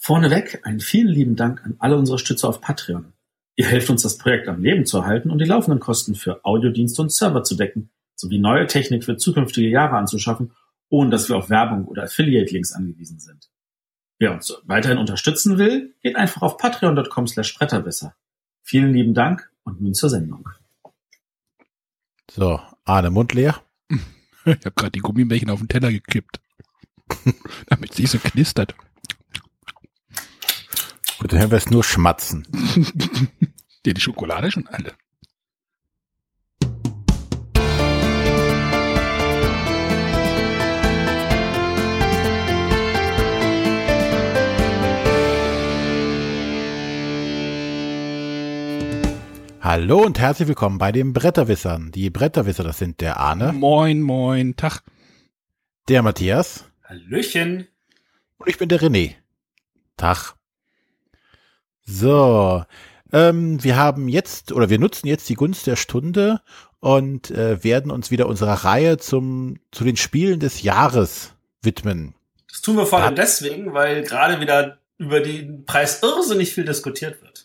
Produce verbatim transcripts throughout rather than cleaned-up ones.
Vorneweg einen vielen lieben Dank an alle unsere Stützer auf Patreon. Ihr helft uns, das Projekt am Leben zu erhalten und die laufenden Kosten für Audiodienste und Server zu decken, sowie neue Technik für zukünftige Jahre anzuschaffen, ohne dass wir auf Werbung oder Affiliate-Links angewiesen sind. Wer uns weiterhin unterstützen will, geht einfach auf patreon.com slash bretterwisser. Vielen lieben Dank und nun zur Sendung. So, Arne, Mund leer. Ich habe gerade die Gummibärchen auf den Teller gekippt, damit es nicht so knistert. Gut, dann hören wir es nur schmatzen. Ja, die Schokolade schon alle. Hallo und herzlich willkommen bei den Bretterwissern. Die Bretterwisser, das sind der Arne. Moin, moin, Tag. Der Matthias. Hallöchen. Und ich bin der René. Tag. So, ähm, wir haben jetzt, oder wir nutzen jetzt die Gunst der Stunde und äh, werden uns wieder unserer Reihe zum zu den Spielen des Jahres widmen. Das tun wir vor allem deswegen, weil gerade wieder über den Preis irrsinnig viel diskutiert wird.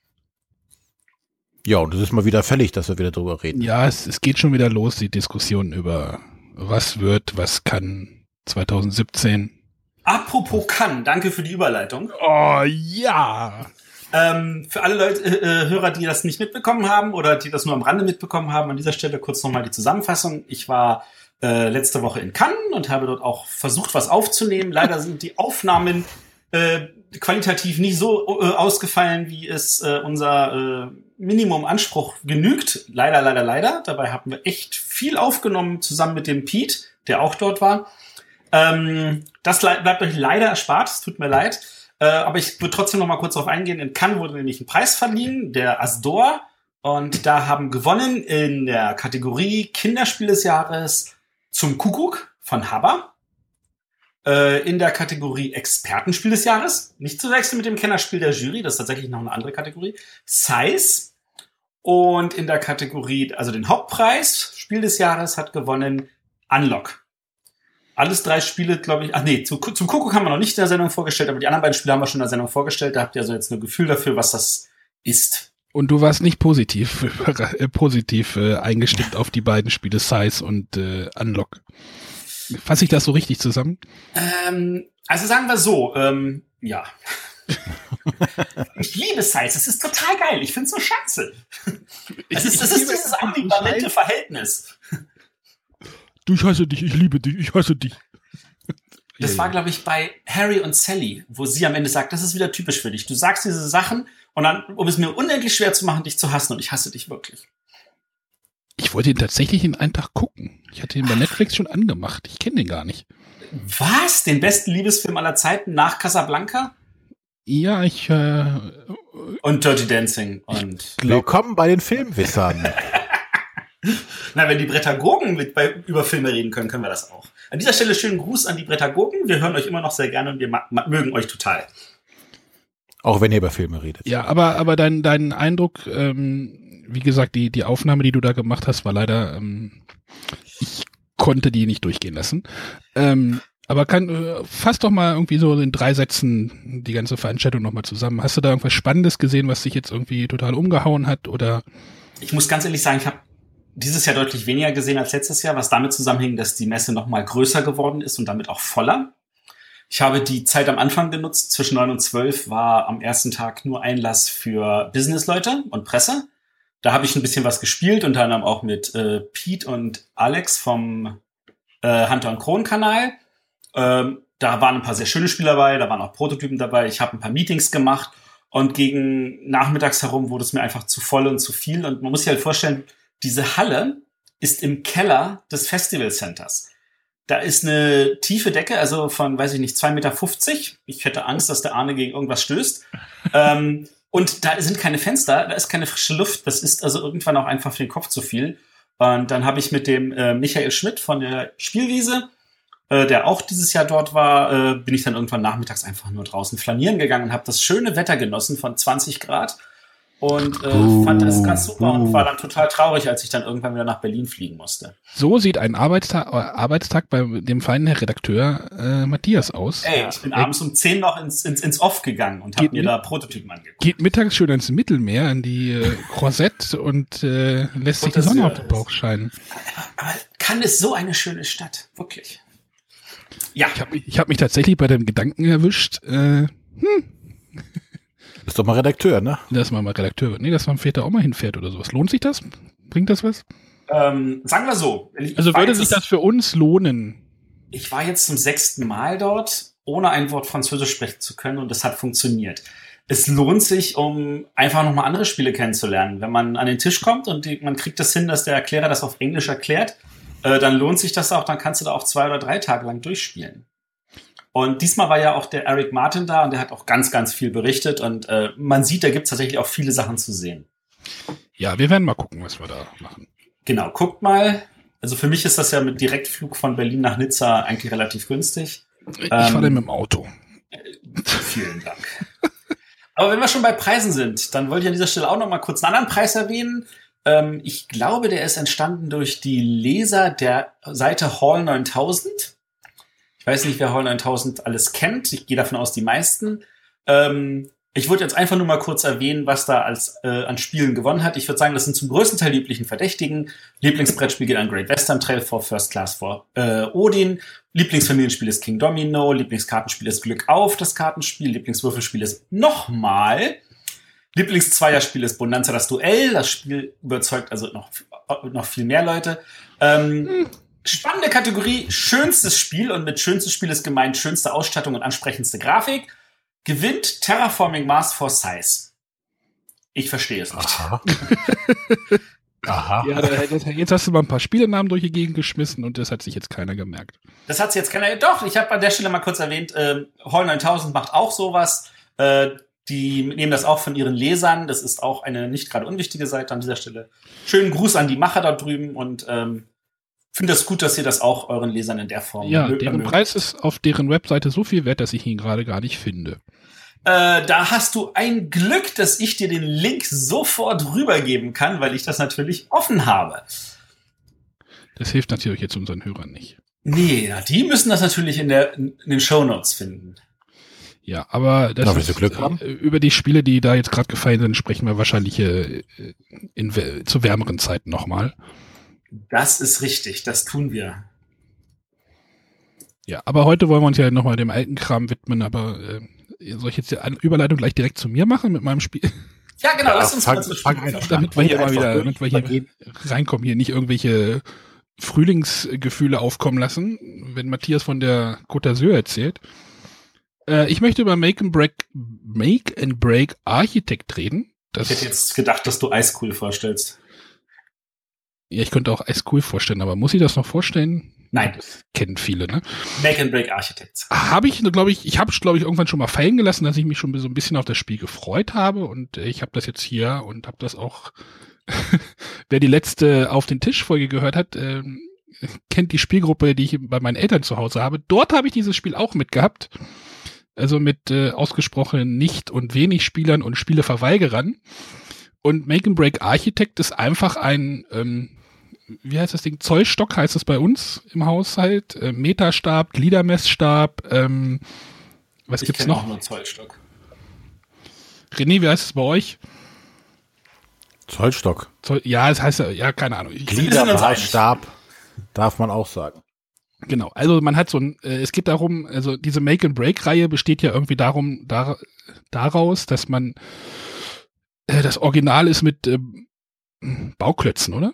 Ja, und es ist mal wieder fällig, dass wir wieder drüber reden. Ja, es, es geht schon wieder los, die Diskussion über was wird, was kann zwanzig siebzehn. Apropos kann, danke für die Überleitung. Oh ja! Ähm, für alle Leute, äh, Hörer, die das nicht mitbekommen haben oder die das nur am Rande mitbekommen haben, an dieser Stelle kurz nochmal die Zusammenfassung. Ich war äh, letzte Woche in Cannes und habe dort auch versucht, was aufzunehmen. Leider sind die Aufnahmen äh, qualitativ nicht so äh, ausgefallen, wie es äh, unser äh, Minimum-Anspruch genügt. Leider, leider, leider. Dabei haben wir echt viel aufgenommen, zusammen mit dem Pete, der auch dort war. Ähm, das le- bleibt euch leider erspart, es tut mir leid. Äh, aber ich würde trotzdem noch mal kurz darauf eingehen. In Cannes wurde nämlich ein Preis verliehen, der Asdor. Und da haben gewonnen in der Kategorie Kinderspiel des Jahres Zum Kuckuck von Habba. Äh, in der Kategorie Expertenspiel des Jahres, nicht zu wechseln mit dem Kennerspiel der Jury, das ist tatsächlich noch eine andere Kategorie, Size. Und in der Kategorie, also den Hauptpreis, Spiel des Jahres, hat gewonnen Unlock. Alles drei Spiele, glaube ich, ach nee, zu, zum Kuckuck haben wir noch nicht in der Sendung vorgestellt, aber die anderen beiden Spiele haben wir schon in der Sendung vorgestellt. Da habt ihr also jetzt ein Gefühl dafür, was das ist. Und du warst nicht positiv, äh, positiv äh, eingestimmt auf die beiden Spiele Size und äh, Unlock. Fasse ich das so richtig zusammen? Ähm, also sagen wir so, ähm, ja. Ich liebe Size, es ist total geil, ich finde es so scheiße. Es ist, das ist dieses ambivalente Verhältnis. Du, ich hasse dich, ich liebe dich, ich hasse dich. Das war, glaube ich, bei Harry und Sally, wo sie am Ende sagt, das ist wieder typisch für dich. Du sagst diese Sachen und dann, um es mir unendlich schwer zu machen, dich zu hassen, und ich hasse dich wirklich. Ich wollte ihn tatsächlich in einen Tag gucken. Ich hatte ihn bei Netflix schon angemacht. Ich kenne den gar nicht. Was? Den besten Liebesfilm aller Zeiten nach Casablanca? Ja, ich äh, und Dirty Dancing. Und Willkommen bei den Filmwissern. Na, wenn die Brettagogen mit bei, über Filme reden können, können wir das auch. An dieser Stelle schönen Gruß an die Brettagogen. Wir hören euch immer noch sehr gerne und wir ma- ma- mögen euch total. Auch wenn ihr über Filme redet. Ja, aber aber dein dein Eindruck, ähm, wie gesagt, die die Aufnahme, die du da gemacht hast, war leider, ähm, ich konnte die nicht durchgehen lassen. Ähm, aber kann äh, fass doch mal irgendwie so in drei Sätzen die ganze Veranstaltung noch mal zusammen. Hast du da irgendwas Spannendes gesehen, was dich jetzt irgendwie total umgehauen hat, oder? Ich muss ganz ehrlich sagen, ich habe dieses Jahr deutlich weniger gesehen als letztes Jahr, was damit zusammenhängt, dass die Messe noch mal größer geworden ist und damit auch voller. Ich habe die Zeit am Anfang genutzt. Zwischen neun und zwölf war am ersten Tag nur Einlass für Businessleute und Presse. Da habe ich ein bisschen was gespielt, unter anderem auch mit äh, Pete und Alex vom äh, Hunter und Kron Kanal. Ähm, da waren ein paar sehr schöne Spiele dabei, da waren auch Prototypen dabei. Ich habe ein paar Meetings gemacht und gegen nachmittags herum wurde es mir einfach zu voll und zu viel. Und man muss sich halt vorstellen, diese Halle ist im Keller des Festival Centers. Da ist eine tiefe Decke, also von, weiß ich nicht, zwei Komma fünfzig Meter. Ich hätte Angst, dass der Arne gegen irgendwas stößt. ähm, und da sind keine Fenster, da ist keine frische Luft. Das ist also irgendwann auch einfach für den Kopf zu viel. Und dann habe ich mit dem äh, Michael Schmidt von der Spielwiese, äh, der auch dieses Jahr dort war, äh, bin ich dann irgendwann nachmittags einfach nur draußen flanieren gegangen und habe das schöne Wetter genossen von zwanzig Grad. und äh, uh, fand das ganz super uh. und war dann total traurig, als ich dann irgendwann wieder nach Berlin fliegen musste. So sieht ein Arbeitstag, Arbeitstag bei dem feinen Herr Redakteur äh, Matthias aus. Ey, ich bin ja. abends um zehn noch ins, ins, ins Off gegangen und habe mir mit, da Prototypen angeguckt. Geht mittags schön ins Mittelmeer, an die äh, Croisette und äh, lässt sich die Sonne auf den Bauch scheinen. Aber, aber Cannes ist so eine schöne Stadt, wirklich. Ja. Ich habe mich, ich hab mich tatsächlich bei dem Gedanken erwischt, äh, hm. Bist doch mal Redakteur, ne? Dass man mal Redakteur wird. Nee, dass man später auch mal hinfährt oder sowas. Lohnt sich das? Bringt das was? Ähm, sagen wir so. Ich, also ich würde sich das für uns lohnen? Ich war jetzt zum sechsten Mal dort, ohne ein Wort Französisch sprechen zu können und das hat funktioniert. Es lohnt sich, um einfach nochmal andere Spiele kennenzulernen. Wenn man an den Tisch kommt und die, man kriegt das hin, dass der Erklärer das auf Englisch erklärt, äh, dann lohnt sich das auch, dann kannst du da auch zwei oder drei Tage lang durchspielen. Und diesmal war ja auch der Eric Martin da und der hat auch ganz, ganz viel berichtet und äh, man sieht, da gibt es tatsächlich auch viele Sachen zu sehen. Ja, wir werden mal gucken, was wir da machen. Genau, guckt mal. Also für mich ist das ja mit Direktflug von Berlin nach Nizza eigentlich relativ günstig. Ich ähm, fahre mit dem Auto. Äh, vielen Dank. Aber wenn wir schon bei Preisen sind, dann wollte ich an dieser Stelle auch noch mal kurz einen anderen Preis erwähnen. Ähm, ich glaube, der ist entstanden durch die Leser der Seite Hall neuntausend. Ich weiß nicht, wer Hall neuntausend alles kennt. Ich gehe davon aus, die meisten. Ähm, ich würde jetzt einfach nur mal kurz erwähnen, was da als äh, an Spielen gewonnen hat. Ich würde sagen, das sind zum größten Teil die üblichen Verdächtigen. Lieblingsbrettspiel geht an Great Western Trail for First Class for äh, Odin. Lieblingsfamilienspiel ist King Domino. Lieblingskartenspiel ist Glück auf, das Kartenspiel. Lieblingswürfelspiel ist Nochmal. Lieblingszweierspiel ist Bonanza, das Duell. Das Spiel überzeugt also noch, noch viel mehr Leute. Ähm, hm. Spannende Kategorie, schönstes Spiel, und mit schönstes Spiel ist gemeint schönste Ausstattung und ansprechendste Grafik, gewinnt Terraforming Mars for Size. Ich verstehe es nicht. Aha. Aha. Ja, jetzt hast du mal ein paar Spielenamen durch die Gegend geschmissen und das hat sich jetzt keiner gemerkt. Das hat sich jetzt keiner... Doch, ich habe an der Stelle mal kurz erwähnt, äh, Hall neuntausend macht auch sowas. Äh, die nehmen das auch von ihren Lesern. Das ist auch eine nicht gerade unwichtige Seite an dieser Stelle. Schönen Gruß an die Macher da drüben und ähm, finde das gut, dass ihr das auch euren Lesern in der Form... Ja, deren ermöglicht. Preis ist auf deren Webseite so viel wert, dass ich ihn gerade gar nicht finde. Äh, da hast du ein Glück, dass ich dir den Link sofort rübergeben kann, weil ich das natürlich offen habe. Das hilft natürlich jetzt unseren Hörern nicht. Nee, ja, die müssen das natürlich in, der, in den Shownotes finden. Ja, aber das ja, ist, Glück haben. Über die Spiele, die da jetzt gerade gefallen sind, sprechen wir wahrscheinlich äh, in, zu wärmeren Zeiten nochmal. Das ist richtig, das tun wir. Ja, aber heute wollen wir uns ja nochmal dem alten Kram widmen, aber äh, soll ich jetzt die Überleitung gleich direkt zu mir machen mit meinem Spiel? Ja, genau, ja, lass uns fang, mal zu fang Spiel. Damit wir hier mal wieder, damit wir hier reinkommen, hier nicht irgendwelche Frühlingsgefühle aufkommen lassen, wenn Matthias von der Côte d'Azur erzählt. Äh, ich möchte über Make and Break, Make and Break Architect reden. Das ich hätte jetzt gedacht, dass du Ice Cool vorstellst. Ja, ich könnte auch Ice Cool vorstellen, aber muss ich das noch vorstellen? Nein. Das kennen viele, ne? Make and Break Architects. Habe ich, glaube ich, ich habe es, glaube ich, irgendwann schon mal fallen gelassen, dass ich mich schon so ein bisschen auf das Spiel gefreut habe und ich habe das jetzt hier und habe das auch, wer die letzte Auf den Tisch-Folge gehört hat, äh, kennt die Spielgruppe, die ich bei meinen Eltern zu Hause habe. Dort habe ich dieses Spiel auch mitgehabt. Also mit äh, ausgesprochen nicht und wenig Spielern und Spieleverweigerern. Und Make and Break Architect ist einfach ein, ähm, wie heißt das Ding? Zollstock heißt es bei uns im Haushalt. Äh, Meterstab, Gliedermessstab, ähm, was ich gibt's noch? Auch nur Zollstock. René, wie heißt es bei euch? Zollstock. Zoll, ja, es heißt ja, keine Ahnung. Gliedermessstab darf man auch sagen. Genau, also man hat so ein, äh, es geht darum, also diese Make-and-Break-Reihe besteht ja irgendwie darum, dar, daraus, dass man, äh, das Original ist mit äh, Bauklötzen, oder?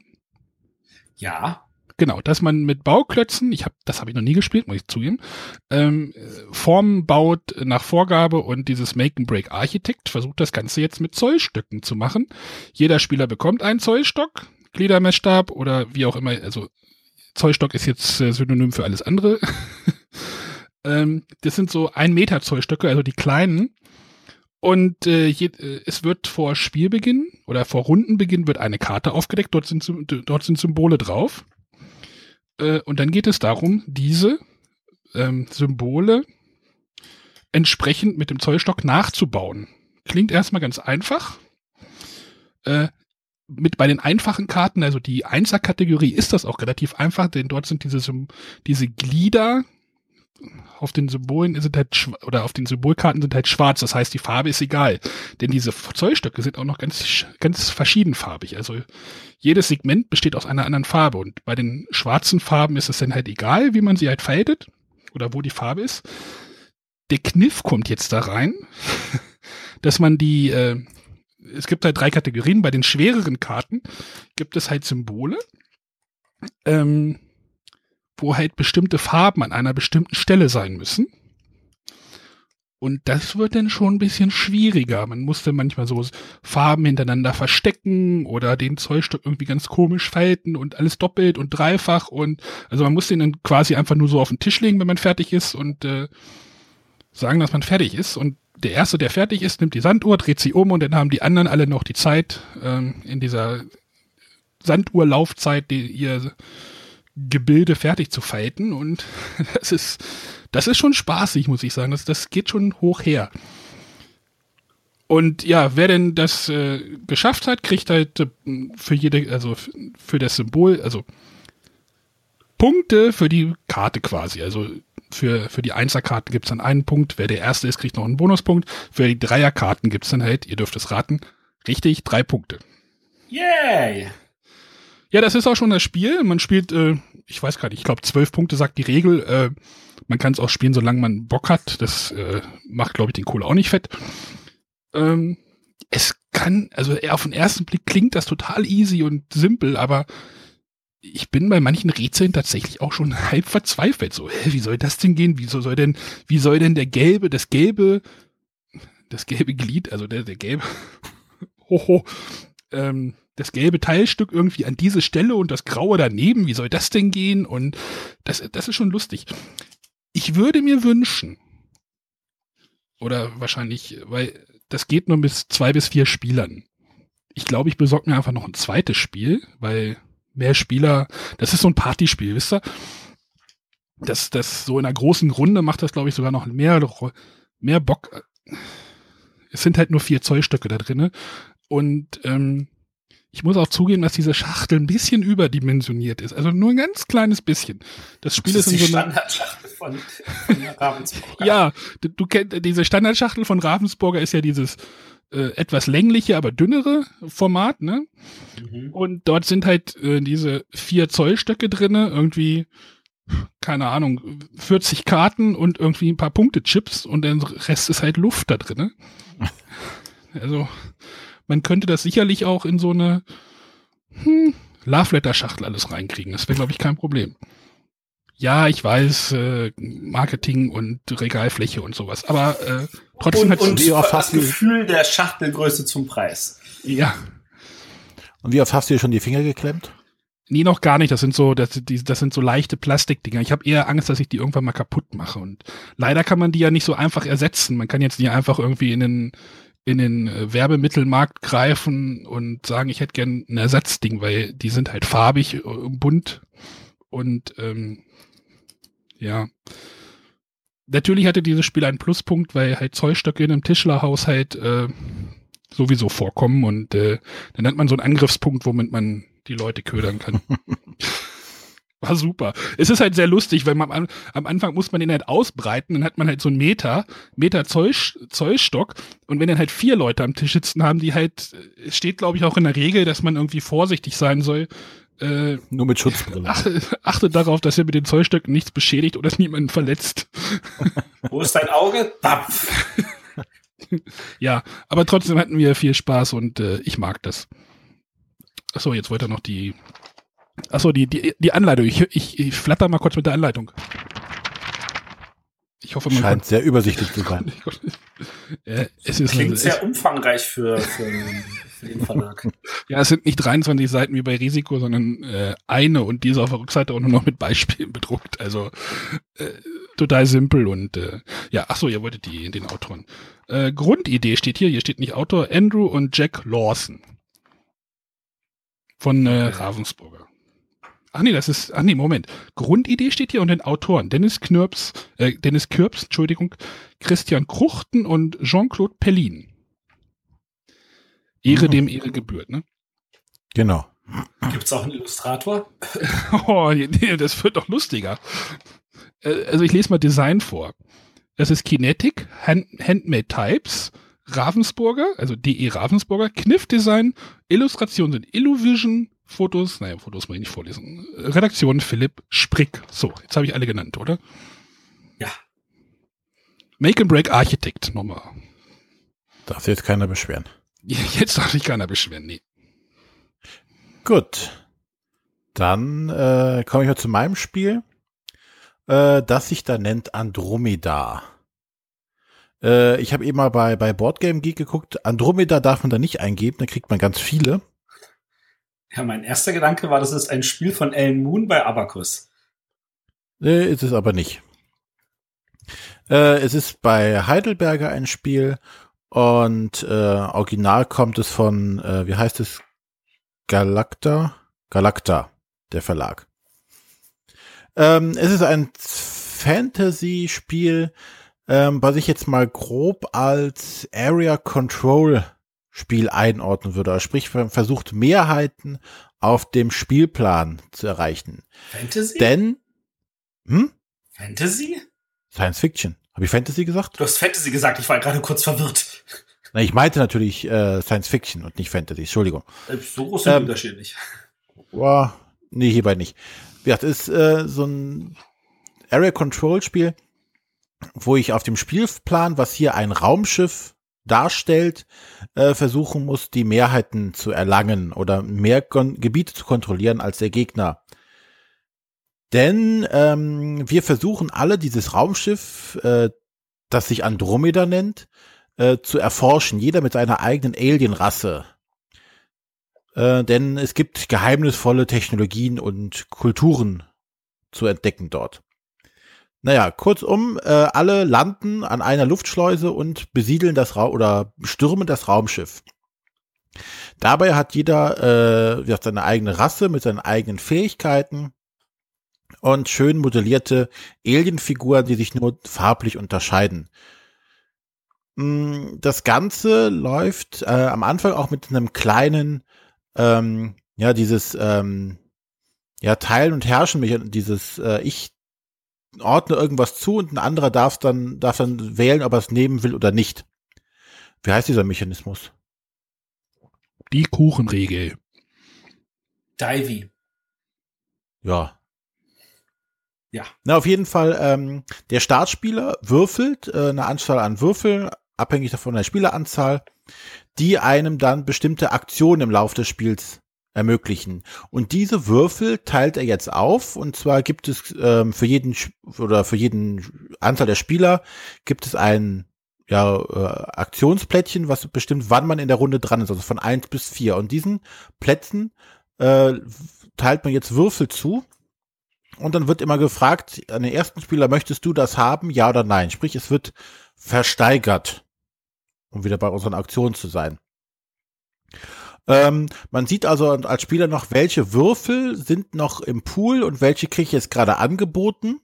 Ja. Genau, dass man mit Bauklötzen, ich habe, das habe ich noch nie gespielt, muss ich zugeben, ähm, Formen baut nach Vorgabe und dieses Make-and-Break-Architect versucht das Ganze jetzt mit Zollstöcken zu machen. Jeder Spieler bekommt einen Zollstock, Gliedermessstab oder wie auch immer, also Zollstock ist jetzt äh, Synonym für alles andere. ähm, das sind so ein Meter Zollstöcke, also die kleinen. Und äh, je, äh, es wird vor Spielbeginn oder vor Rundenbeginn wird eine Karte aufgedeckt. Dort sind, dort sind Symbole drauf. Äh, und dann geht es darum, diese ähm, Symbole entsprechend mit dem Zollstock nachzubauen. Klingt erstmal ganz einfach. Äh, mit bei den einfachen Karten, also die Einser-Kategorie, ist das auch relativ einfach, denn dort sind diese, diese Glieder auf den Symbolen sind halt, oder auf den Symbolkarten sind halt schwarz, das heißt, die Farbe ist egal. Denn diese Zollstöcke sind auch noch ganz, ganz verschiedenfarbig. Also jedes Segment besteht aus einer anderen Farbe und bei den schwarzen Farben ist es dann halt egal, wie man sie halt faltet oder wo die Farbe ist. Der Kniff kommt jetzt da rein, dass man die, äh, es gibt halt drei Kategorien. Bei den schwereren Karten gibt es halt Symbole, ähm, wo halt bestimmte Farben an einer bestimmten Stelle sein müssen. Und das wird dann schon ein bisschen schwieriger. Man musste manchmal so Farben hintereinander verstecken oder den Zollstock irgendwie ganz komisch falten und alles doppelt und dreifach. Und also man muss den dann quasi einfach nur so auf den Tisch legen, wenn man fertig ist und äh, sagen, dass man fertig ist. Und der Erste, der fertig ist, nimmt die Sanduhr, dreht sie um und dann haben die anderen alle noch die Zeit, ähm, in dieser Sanduhrlaufzeit, die ihr Gebilde fertig zu falten. Und das ist, das ist schon spaßig, muss ich sagen. Das, das geht schon hoch her. Und ja, wer denn das äh, geschafft hat, kriegt halt äh, für jede, also für das Symbol, also Punkte für die Karte quasi. Also für, für die Einserkarten gibt es dann einen Punkt. Wer der Erste ist, kriegt noch einen Bonuspunkt. Für die Dreierkarten gibt es dann halt, ihr dürft es raten, richtig, drei Punkte. Yay! Ja, das ist auch schon das Spiel. Man spielt, äh, ich weiß gar nicht, ich glaube zwölf Punkte sagt die Regel. Äh, man kann es auch spielen, solange man Bock hat. Das äh, macht, glaube ich, den Kohle auch nicht fett. Ähm, es kann, also auf den ersten Blick klingt das total easy und simpel, aber ich bin bei manchen Rätseln tatsächlich auch schon halb verzweifelt. So, hä, wie soll das denn gehen? Wieso soll denn, wie soll denn der gelbe, das gelbe, das gelbe Glied, also der, der gelbe, hoho, ähm, das gelbe Teilstück irgendwie an diese Stelle und das graue daneben, wie soll das denn gehen? Und das, das ist schon lustig. Ich würde mir wünschen, oder wahrscheinlich, weil das geht nur bis zwei bis vier Spielern. Ich glaube, ich besorge mir einfach noch ein zweites Spiel, weil mehr Spieler, das ist so ein Partyspiel, wisst ihr? Das, das so in einer großen Runde macht das, glaube ich, sogar noch mehr, mehr Bock. Es sind halt nur vier Zollstöcke da drinne und ähm, ich muss auch zugeben, dass diese Schachtel ein bisschen überdimensioniert ist. Also nur ein ganz kleines bisschen. Das Spiel das ist, ist in so einer Standardschachtel von, von Ravensburger. Ja, du, du kennst diese Standardschachtel von Ravensburger ist ja dieses äh, etwas längliche, aber dünnere Format, ne? Mhm. Und dort sind halt äh, diese vier Zollstöcke drinne, irgendwie keine Ahnung, vierzig Karten und irgendwie ein paar Punktechips und der Rest ist halt Luft da drinne. Also man könnte das sicherlich auch in so eine hm, Love-Letter-Schachtel alles reinkriegen. Das wäre, glaube ich, kein Problem. Ja, ich weiß, äh, Marketing und Regalfläche und sowas. Aber äh, trotzdem hat es das Gefühl der Schachtelgröße zum Preis. Ja. Und wie oft hast du dir schon die Finger geklemmt? Nee, noch gar nicht. Das sind so, das, die, das sind so leichte Plastikdinger. Ich habe eher Angst, dass ich die irgendwann mal kaputt mache. Und leider kann man die ja nicht so einfach ersetzen. Man kann jetzt nicht einfach irgendwie in den in den äh, Werbemittelmarkt greifen und sagen, ich hätte gern ein Ersatzding, weil die sind halt farbig, äh, bunt und ähm, ja. Natürlich hatte dieses Spiel einen Pluspunkt, weil halt Zollstöcke in einem Tischlerhaushalt äh, sowieso vorkommen und äh, dann hat man so einen Angriffspunkt, womit man die Leute ködern kann. War super. Es ist halt sehr lustig, weil man am, am Anfang muss man den halt ausbreiten, dann hat man halt so einen Meter, Meter Zoll, Zollstock und wenn dann halt vier Leute am Tisch sitzen, haben die halt, es steht glaube ich auch in der Regel, dass man irgendwie vorsichtig sein soll. Äh, Nur mit Schutzbrille. Achte, achte darauf, dass ihr mit den Zollstöcken nichts beschädigt oder niemanden verletzt. Wo ist dein Auge? Papf. Ja, aber trotzdem hatten wir viel Spaß und äh, ich mag das. Achso, jetzt wollte er noch die Achso, die, die, die Anleitung. Ich, ich, ich flatter mal kurz mit der Anleitung. Ich hoffe, man scheint sehr übersichtlich zu sein. äh, es ist Klingt eine, sehr umfangreich für, für, für den Verlag. Ja, es sind nicht dreiundzwanzig Seiten wie bei Risiko, sondern äh, eine und die ist auf der Rückseite auch nur noch mit Beispielen bedruckt. Also äh, total simpel und äh, ja, achso, ihr wolltet die, den Autoren. Äh, Grundidee steht hier, hier steht nicht Autor, Andrew und Jack Lawson. Von äh, Ravensburger. Ach nee, das ist, ach nee, Moment. Grundidee steht hier und den Autoren Dennis Knirps, äh, Dennis Kürps, Entschuldigung, Christian Kruchten und Jean-Claude Pellin. Ehre dem Ehre gebührt, ne? Genau. Gibt's auch einen Illustrator? Oh, nee, das wird doch lustiger. Äh, Also ich lese mal Design vor. Das ist Kinetic, Hand, Handmade Types, Ravensburger, also D E Ravensburger, Kniff Design, Illustrationen sind Illuvision, Fotos, naja, Fotos muss ich nicht vorlesen. Redaktion Philipp Sprick. So, jetzt habe ich alle genannt, oder? Ja. Make and Break Architect nochmal. Darf sich jetzt keiner beschweren. Jetzt darf sich keiner beschweren, nee. Gut. Dann äh, komme ich mal zu meinem Spiel, äh, das sich da nennt Andromeda. Äh, ich habe eben mal bei, bei Boardgame Geek geguckt. Andromeda darf man da nicht eingeben, da kriegt man ganz viele. Ja, mein erster Gedanke war, das ist ein Spiel von Alan Moon bei Abacus. Äh, ist es aber nicht. Äh, es ist bei Heidelberger ein Spiel und äh, original kommt es von, äh, wie heißt es? Galacta? Galacta, der Verlag. Ähm, es ist ein Fantasy-Spiel, ähm, was ich jetzt mal grob als Area Control Spiel einordnen würde. Also sprich, man versucht Mehrheiten auf dem Spielplan zu erreichen. Fantasy? Denn, hm? Fantasy? Science Fiction. Habe ich Fantasy gesagt? Du hast Fantasy gesagt, ich war gerade kurz verwirrt. Na, ich meinte natürlich äh, Science Fiction und nicht Fantasy. Entschuldigung. So groß sind Ähm, Unterschied nicht. Boah, nee, hierbei nicht. Ja, das ist äh, so ein Area Control Spiel, wo ich auf dem Spielplan, was hier ein Raumschiff darstellt, äh, versuchen muss, die Mehrheiten zu erlangen oder mehr Kon- Gebiete zu kontrollieren als der Gegner. Denn ähm, wir versuchen alle dieses Raumschiff, äh, das sich Andromeda nennt, äh, zu erforschen. Jeder mit seiner eigenen Alien-Rasse. Äh, denn es gibt geheimnisvolle Technologien und Kulturen zu entdecken dort. Naja, kurzum, äh, alle landen an einer Luftschleuse und besiedeln das Raum oder stürmen das Raumschiff. Dabei hat jeder äh, seine eigene Rasse mit seinen eigenen Fähigkeiten und schön modellierte Alienfiguren, die sich nur farblich unterscheiden. Das Ganze läuft äh, am Anfang auch mit einem kleinen, ähm, ja, dieses ähm, ja, Teilen und Herrschen, dieses äh, ich ordne irgendwas zu und ein anderer darf dann, darf dann wählen, ob er es nehmen will oder nicht. Wie heißt dieser Mechanismus? Die Kuchenregel. Divey. Ja. Ja. Na, auf jeden Fall, ähm, der Startspieler würfelt äh, eine Anzahl an Würfeln, abhängig davon der Spieleranzahl, die einem dann bestimmte Aktionen im Laufe des Spiels ermöglichen. Und diese Würfel teilt er jetzt auf, und zwar gibt es ähm, für jeden oder für jeden Anteil der Spieler gibt es ein ja, äh, Aktionsplättchen, was bestimmt, wann man in der Runde dran ist, also von eins bis vier. Und diesen Plätzen äh, teilt man jetzt Würfel zu, und dann wird immer gefragt, an den ersten Spieler, möchtest du das haben, ja oder nein? Sprich, es wird versteigert, um wieder bei unseren Aktionen zu sein. Ähm, man sieht also als Spieler noch, welche Würfel sind noch im Pool und welche kriege ich jetzt gerade angeboten.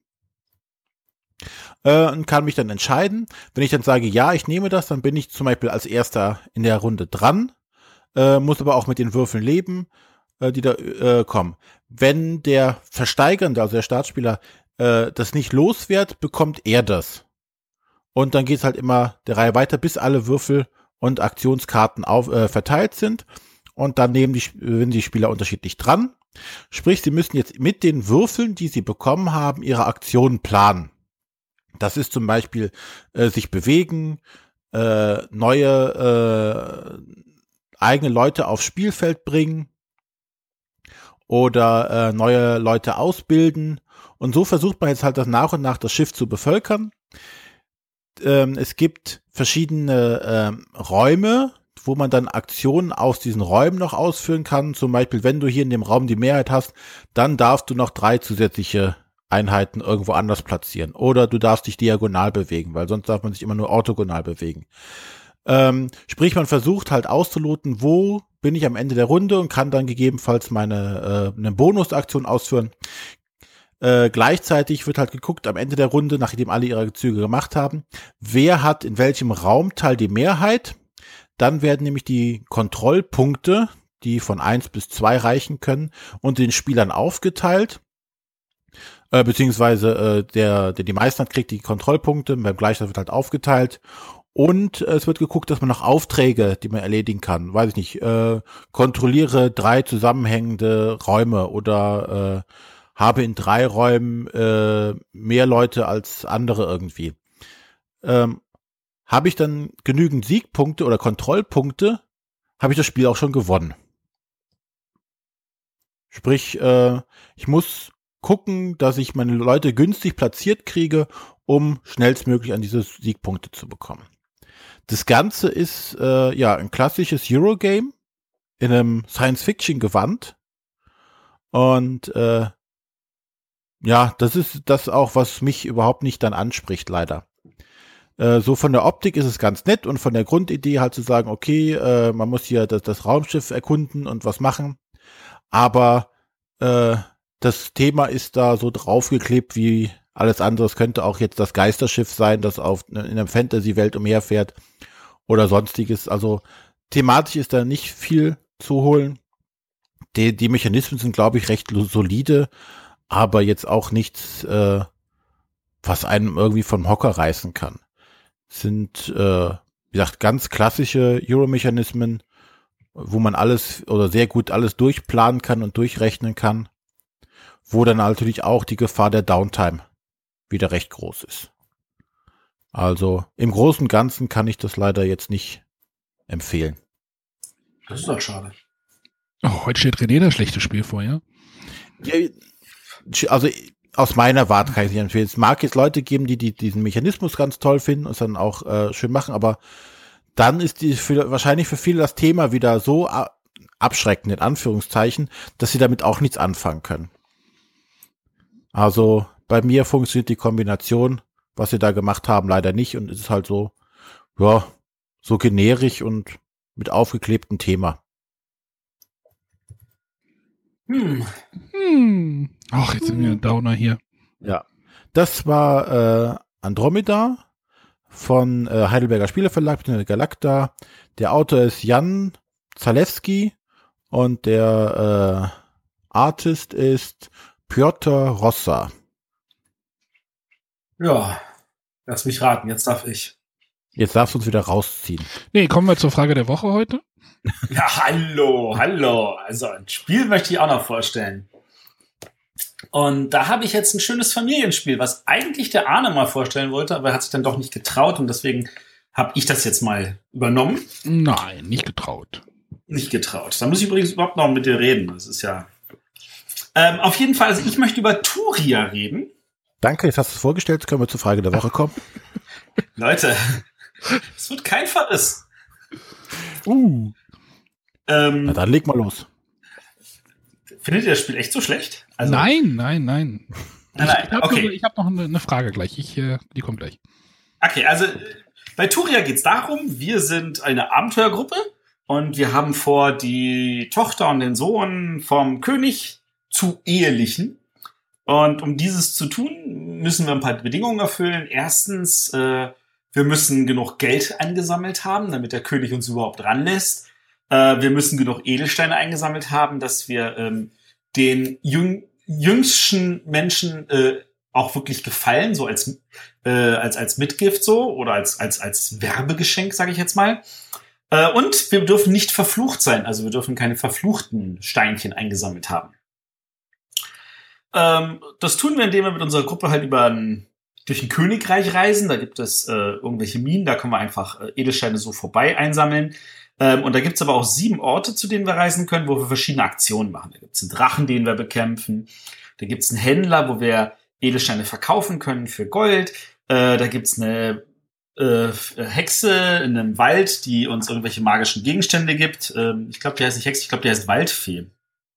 Äh, und kann mich dann entscheiden. Wenn ich dann sage, ja, ich nehme das, dann bin ich zum Beispiel als Erster in der Runde dran, äh, muss aber auch mit den Würfeln leben, äh, die da äh, kommen. Wenn der Versteigernde, also der Startspieler, äh, das nicht los wird, bekommt er das. Und dann geht es halt immer der Reihe weiter, bis alle Würfel und Aktionskarten auf, äh, verteilt sind. Und dann nehmen die, sind die Spieler unterschiedlich dran. Sprich, sie müssen jetzt mit den Würfeln, die sie bekommen haben, ihre Aktionen planen. Das ist zum Beispiel äh, sich bewegen, äh, neue äh, eigene Leute aufs Spielfeld bringen oder äh, neue Leute ausbilden. Und so versucht man jetzt halt das nach und nach das Schiff zu bevölkern. Ähm, es gibt verschiedene ähm, Räume, wo man dann Aktionen aus diesen Räumen noch ausführen kann. Zum Beispiel, wenn du hier in dem Raum die Mehrheit hast, dann darfst du noch drei zusätzliche Einheiten irgendwo anders platzieren. Oder du darfst dich diagonal bewegen, weil sonst darf man sich immer nur orthogonal bewegen. Ähm, sprich, man versucht halt auszuloten, wo bin ich am Ende der Runde und kann dann gegebenenfalls meine äh, eine Bonusaktion ausführen. Äh, gleichzeitig wird halt geguckt am Ende der Runde, nachdem alle ihre Züge gemacht haben, wer hat in welchem Raumteil die Mehrheit. Dann werden nämlich die Kontrollpunkte, die von eins bis zwei reichen können, unter den Spielern aufgeteilt. Äh, beziehungsweise äh, der, der die meisten hat, kriegt die Kontrollpunkte, beim Gleichstand wird halt aufgeteilt. Und äh, es wird geguckt, dass man noch Aufträge, die man erledigen kann, weiß ich nicht, äh, kontrolliere drei zusammenhängende Räume oder äh, habe in drei Räumen äh, mehr Leute als andere irgendwie. Ähm, habe ich dann genügend Siegpunkte oder Kontrollpunkte, habe ich das Spiel auch schon gewonnen. Sprich, äh, ich muss gucken, dass ich meine Leute günstig platziert kriege, um schnellstmöglich an diese Siegpunkte zu bekommen. Das Ganze ist äh, ja ein klassisches Eurogame in einem Science-Fiction-Gewand. Und äh, ja, das ist das auch, was mich überhaupt nicht dann anspricht, leider. Äh, so von der Optik ist es ganz nett und von der Grundidee halt zu sagen, okay, äh, man muss hier das, das Raumschiff erkunden und was machen. Aber äh, das Thema ist da so draufgeklebt wie alles andere. Es könnte auch jetzt das Geisterschiff sein, das auf in einer Fantasy-Welt umherfährt oder sonstiges. Also thematisch ist da nicht viel zu holen. Die, die Mechanismen sind, glaube ich, recht solide, aber jetzt auch nichts, äh, was einem irgendwie vom Hocker reißen kann. Sind, äh, wie gesagt, ganz klassische Euro-Mechanismen, wo man alles oder sehr gut alles durchplanen kann und durchrechnen kann, wo dann natürlich auch die Gefahr der Downtime wieder recht groß ist. Also im Großen und Ganzen kann ich das leider jetzt nicht empfehlen. Das ist doch schade. Oh, heute steht René das schlechte Spiel vor, ja? Ja, also aus meiner Warte kann ich es nicht empfehlen. Es mag jetzt Leute geben, die, die diesen Mechanismus ganz toll finden und es dann auch äh, schön machen, aber dann ist die für, wahrscheinlich für viele das Thema wieder so abschreckend, in Anführungszeichen, dass sie damit auch nichts anfangen können. Also bei mir funktioniert die Kombination, was sie da gemacht haben, leider nicht und es ist halt so, ja, so generisch und mit aufgeklebtem Thema. Hm. Hm. Ach, jetzt sind wir ein Downer hier. Ja, das war äh, Andromeda von äh, Heidelberger Spieleverlag, Galacta. Der Autor ist Jan Zalewski und der äh, Artist ist Piotr Rossa. Ja, lass mich raten, jetzt darf ich. Jetzt darfst du uns wieder rausziehen. Nee, kommen wir zur Frage der Woche heute. Ja, hallo, hallo. Also ein Spiel möchte ich auch noch vorstellen. Und da habe ich jetzt ein schönes Familienspiel, was eigentlich der Arne mal vorstellen wollte, aber er hat sich dann doch nicht getraut und deswegen habe ich das jetzt mal übernommen. Nein, nicht getraut. Nicht getraut. Da muss ich übrigens überhaupt noch mit dir reden. Das ist ja... Ähm, auf jeden Fall, also ich möchte über Turia reden. Danke, jetzt hast du es vorgestellt, jetzt können wir zur Frage der Woche kommen. Leute, es wird kein Verriss. Uh. Ähm, Na dann leg mal los. Findet ihr das Spiel echt so schlecht? Also, nein, nein, nein. Nein, nein, ich habe okay. noch, hab noch eine, eine Frage gleich. Ich, äh, die kommt gleich. Okay, also bei Turia geht es darum, wir sind eine Abenteuergruppe und wir haben vor, die Tochter und den Sohn vom König zu ehelichen. Und um dieses zu tun, müssen wir ein paar Bedingungen erfüllen. Erstens, äh, wir müssen genug Geld eingesammelt haben, damit der König uns überhaupt ranlässt. Äh, wir müssen genug Edelsteine eingesammelt haben, dass wir ähm, den jüng jüngsten Menschen äh, auch wirklich gefallen, so als äh, als als Mitgift so oder als als als Werbegeschenk, sage ich jetzt mal. Äh, und wir dürfen nicht verflucht sein, also wir dürfen keine verfluchten Steinchen eingesammelt haben. Ähm, das tun wir, indem wir mit unserer Gruppe halt über ein, durch ein Königreich reisen. Da gibt es äh, irgendwelche Minen, da können wir einfach äh, Edelsteine so vorbei einsammeln. Ähm, und da gibt's aber auch sieben Orte, zu denen wir reisen können, wo wir verschiedene Aktionen machen. Da gibt's einen Drachen, den wir bekämpfen. Da gibt's einen Händler, wo wir Edelsteine verkaufen können für Gold. Äh, da gibt's eine äh, Hexe in einem Wald, die uns irgendwelche magischen Gegenstände gibt. Ähm, ich glaube, die heißt nicht Hexe, ich glaube, die heißt Waldfee.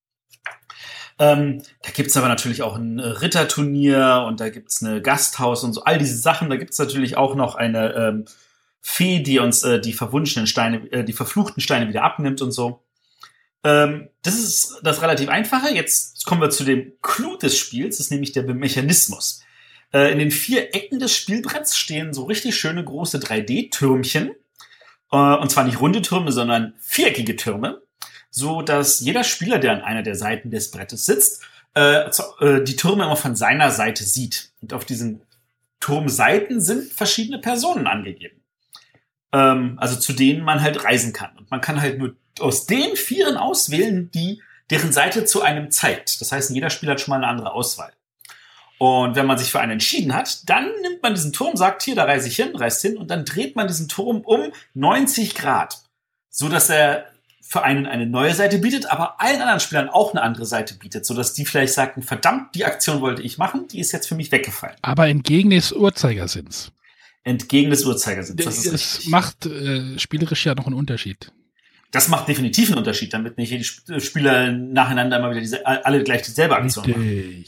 Ähm, da gibt's aber natürlich auch ein Ritterturnier und da gibt's eine Gasthaus und so, all diese Sachen. Da gibt's natürlich auch noch eine ähm, Fee, die uns äh, die verwunschenen Steine, äh, die verfluchten Steine wieder abnimmt und so. Ähm, das ist das relativ Einfache. Jetzt kommen wir zu dem Clou des Spiels, das ist nämlich der Mechanismus. Äh, in den vier Ecken des Spielbretts stehen so richtig schöne große drei D-Türmchen. Äh, und zwar nicht runde Türme, sondern viereckige Türme, so dass jeder Spieler, der an einer der Seiten des Brettes sitzt, äh, zu, äh, die Türme immer von seiner Seite sieht. Und auf diesen Turmseiten sind verschiedene Personen angegeben. Ähm, also zu denen man halt reisen kann. Und man kann halt nur aus den Vieren auswählen, die deren Seite zu einem zeigt. Das heißt, jeder Spieler hat schon mal eine andere Auswahl. Und wenn man sich für einen entschieden hat, dann nimmt man diesen Turm, sagt, hier, da reise ich hin, reist hin, und dann dreht man diesen Turm um neunzig Grad, so dass er für einen eine neue Seite bietet, aber allen anderen Spielern auch eine andere Seite bietet, so dass die vielleicht sagten, verdammt, die Aktion wollte ich machen, die ist jetzt für mich weggefallen. Aber entgegen des Uhrzeigersinns. Entgegen des Uhrzeigersinns. Das, das macht äh, spielerisch ja noch einen Unterschied. Das macht definitiv einen Unterschied, damit nicht jede Spieler nacheinander immer wieder diese, alle gleich dieselbe Aktion machen.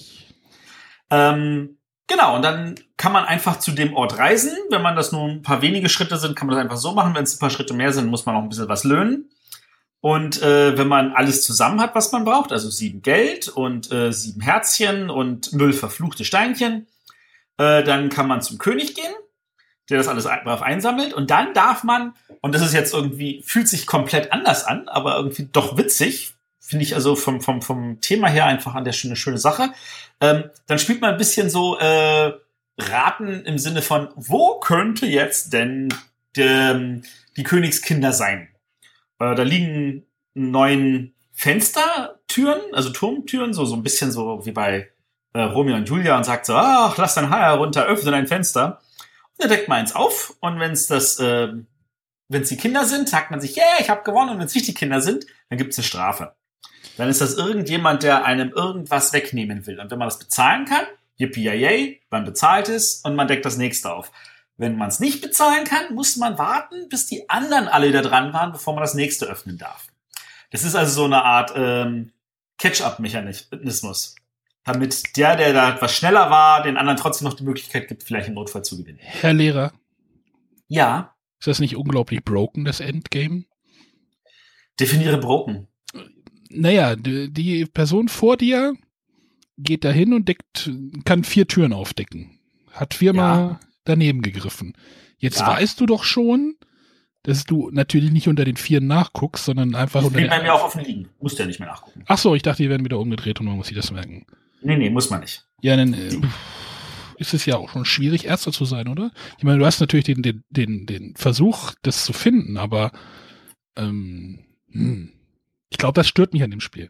Ähm, genau, und dann kann man einfach zu dem Ort reisen. Wenn man das nur ein paar wenige Schritte sind, kann man das einfach so machen. Wenn es ein paar Schritte mehr sind, muss man noch ein bisschen was löhnen. Und äh, wenn man alles zusammen hat, was man braucht, also sieben Geld und äh, sieben Herzchen und null verfluchte Steinchen, äh, dann kann man zum König gehen, der das alles brav einsammelt. Und dann darf man, und das ist jetzt irgendwie, fühlt sich komplett anders an, aber irgendwie doch witzig, finde ich also vom, vom, vom Thema her einfach an der schöne, schöne Sache. Ähm, dann spielt man ein bisschen so äh, Raten im Sinne von, wo könnte jetzt denn die, die Königskinder sein? Äh, da liegen neun Fenstertüren, also Turmtüren, so, so ein bisschen so wie bei äh, Romeo und Julia, und sagt so, ach, lass dein Haar herunter, öffne dein Fenster. Und dann deckt man eins auf, und wenn es das, äh, wenn es die Kinder sind, sagt man sich, yeah, ich habe gewonnen, und wenn es nicht die Kinder sind, dann gibt es eine Strafe. Dann ist das irgendjemand, der einem irgendwas wegnehmen will. Und wenn man das bezahlen kann, yippie-yay, man bezahlt es und man deckt das nächste auf. Wenn man es nicht bezahlen kann, muss man warten, bis die anderen alle da dran waren, bevor man das nächste öffnen darf. Das ist also so eine Art ähm, Catch-up-Mechanismus. Damit der, der da etwas schneller war, den anderen trotzdem noch die Möglichkeit gibt, vielleicht im Notfall zu gewinnen. Herr Lehrer. Ja. Ist das nicht unglaublich broken, das Endgame? Definiere broken. Naja, die, die Person vor dir geht dahin und deckt, kann vier Türen aufdecken. Hat viermal ja. daneben gegriffen. Jetzt ja. weißt du doch schon, dass du natürlich nicht unter den Vieren nachguckst, sondern einfach die unter den... Die bei mir auch offen liegen. Musst ja nicht mehr nachgucken. Ach so, ich dachte, die werden wieder umgedreht und man muss sich das merken. Nee, nee, muss man nicht. Ja, dann äh, ist es ja auch schon schwierig, Erster zu sein, oder? Ich meine, du hast natürlich den, den, den, den Versuch, das zu finden, aber ähm, hm. ich glaube, das stört mich an dem Spiel.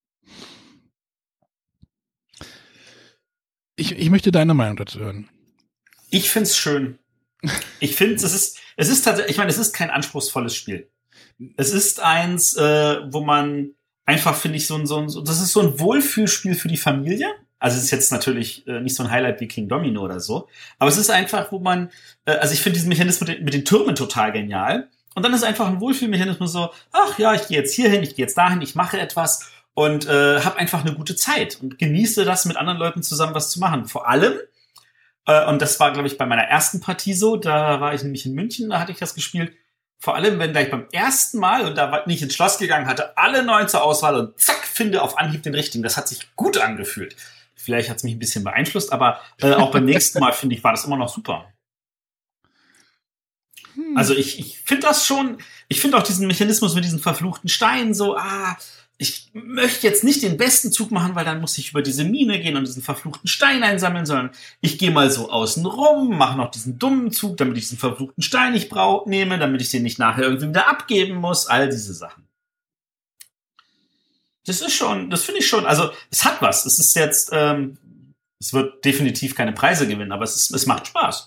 Ich, ich möchte deine Meinung dazu hören. Ich find's schön. Ich finde, es ist, es ist tatsächlich, ich meine, es ist kein anspruchsvolles Spiel. Es ist eins, äh, wo man einfach, finde ich, so ein, so ein, das ist so ein Wohlfühlspiel für die Familie. Also es ist jetzt natürlich äh, nicht so ein Highlight wie King Domino oder so. Aber es ist einfach, wo man, äh, also ich finde diesen Mechanismus mit den, mit den Türmen total genial. Und dann ist einfach ein Wohlfühlmechanismus so, ach ja, ich gehe jetzt hier hin, ich gehe jetzt dahin, ich mache etwas und äh, habe einfach eine gute Zeit und genieße das, mit anderen Leuten zusammen was zu machen. Vor allem, äh, und das war, glaube ich, bei meiner ersten Partie so, da war ich nämlich in München, da hatte ich das gespielt, vor allem, wenn gleich beim ersten Mal, und da war nicht ins Schloss gegangen, hatte alle neun zur Auswahl und zack, finde auf Anhieb den richtigen. Das hat sich gut angefühlt. Vielleicht hat es mich ein bisschen beeinflusst, aber äh, auch beim nächsten Mal, finde ich, war das immer noch super. Also ich, ich finde das schon, ich finde auch diesen Mechanismus mit diesen verfluchten Steinen so, ah, ich möchte jetzt nicht den besten Zug machen, weil dann muss ich über diese Mine gehen und diesen verfluchten Stein einsammeln, sondern ich gehe mal so außen rum, mache noch diesen dummen Zug, damit ich diesen verfluchten Stein nicht brauche, nehme, damit ich den nicht nachher irgendwie wieder abgeben muss, all diese Sachen. Das ist schon, das finde ich schon, also es hat was, es ist jetzt, ähm, es wird definitiv keine Preise gewinnen, aber es ist, es macht Spaß.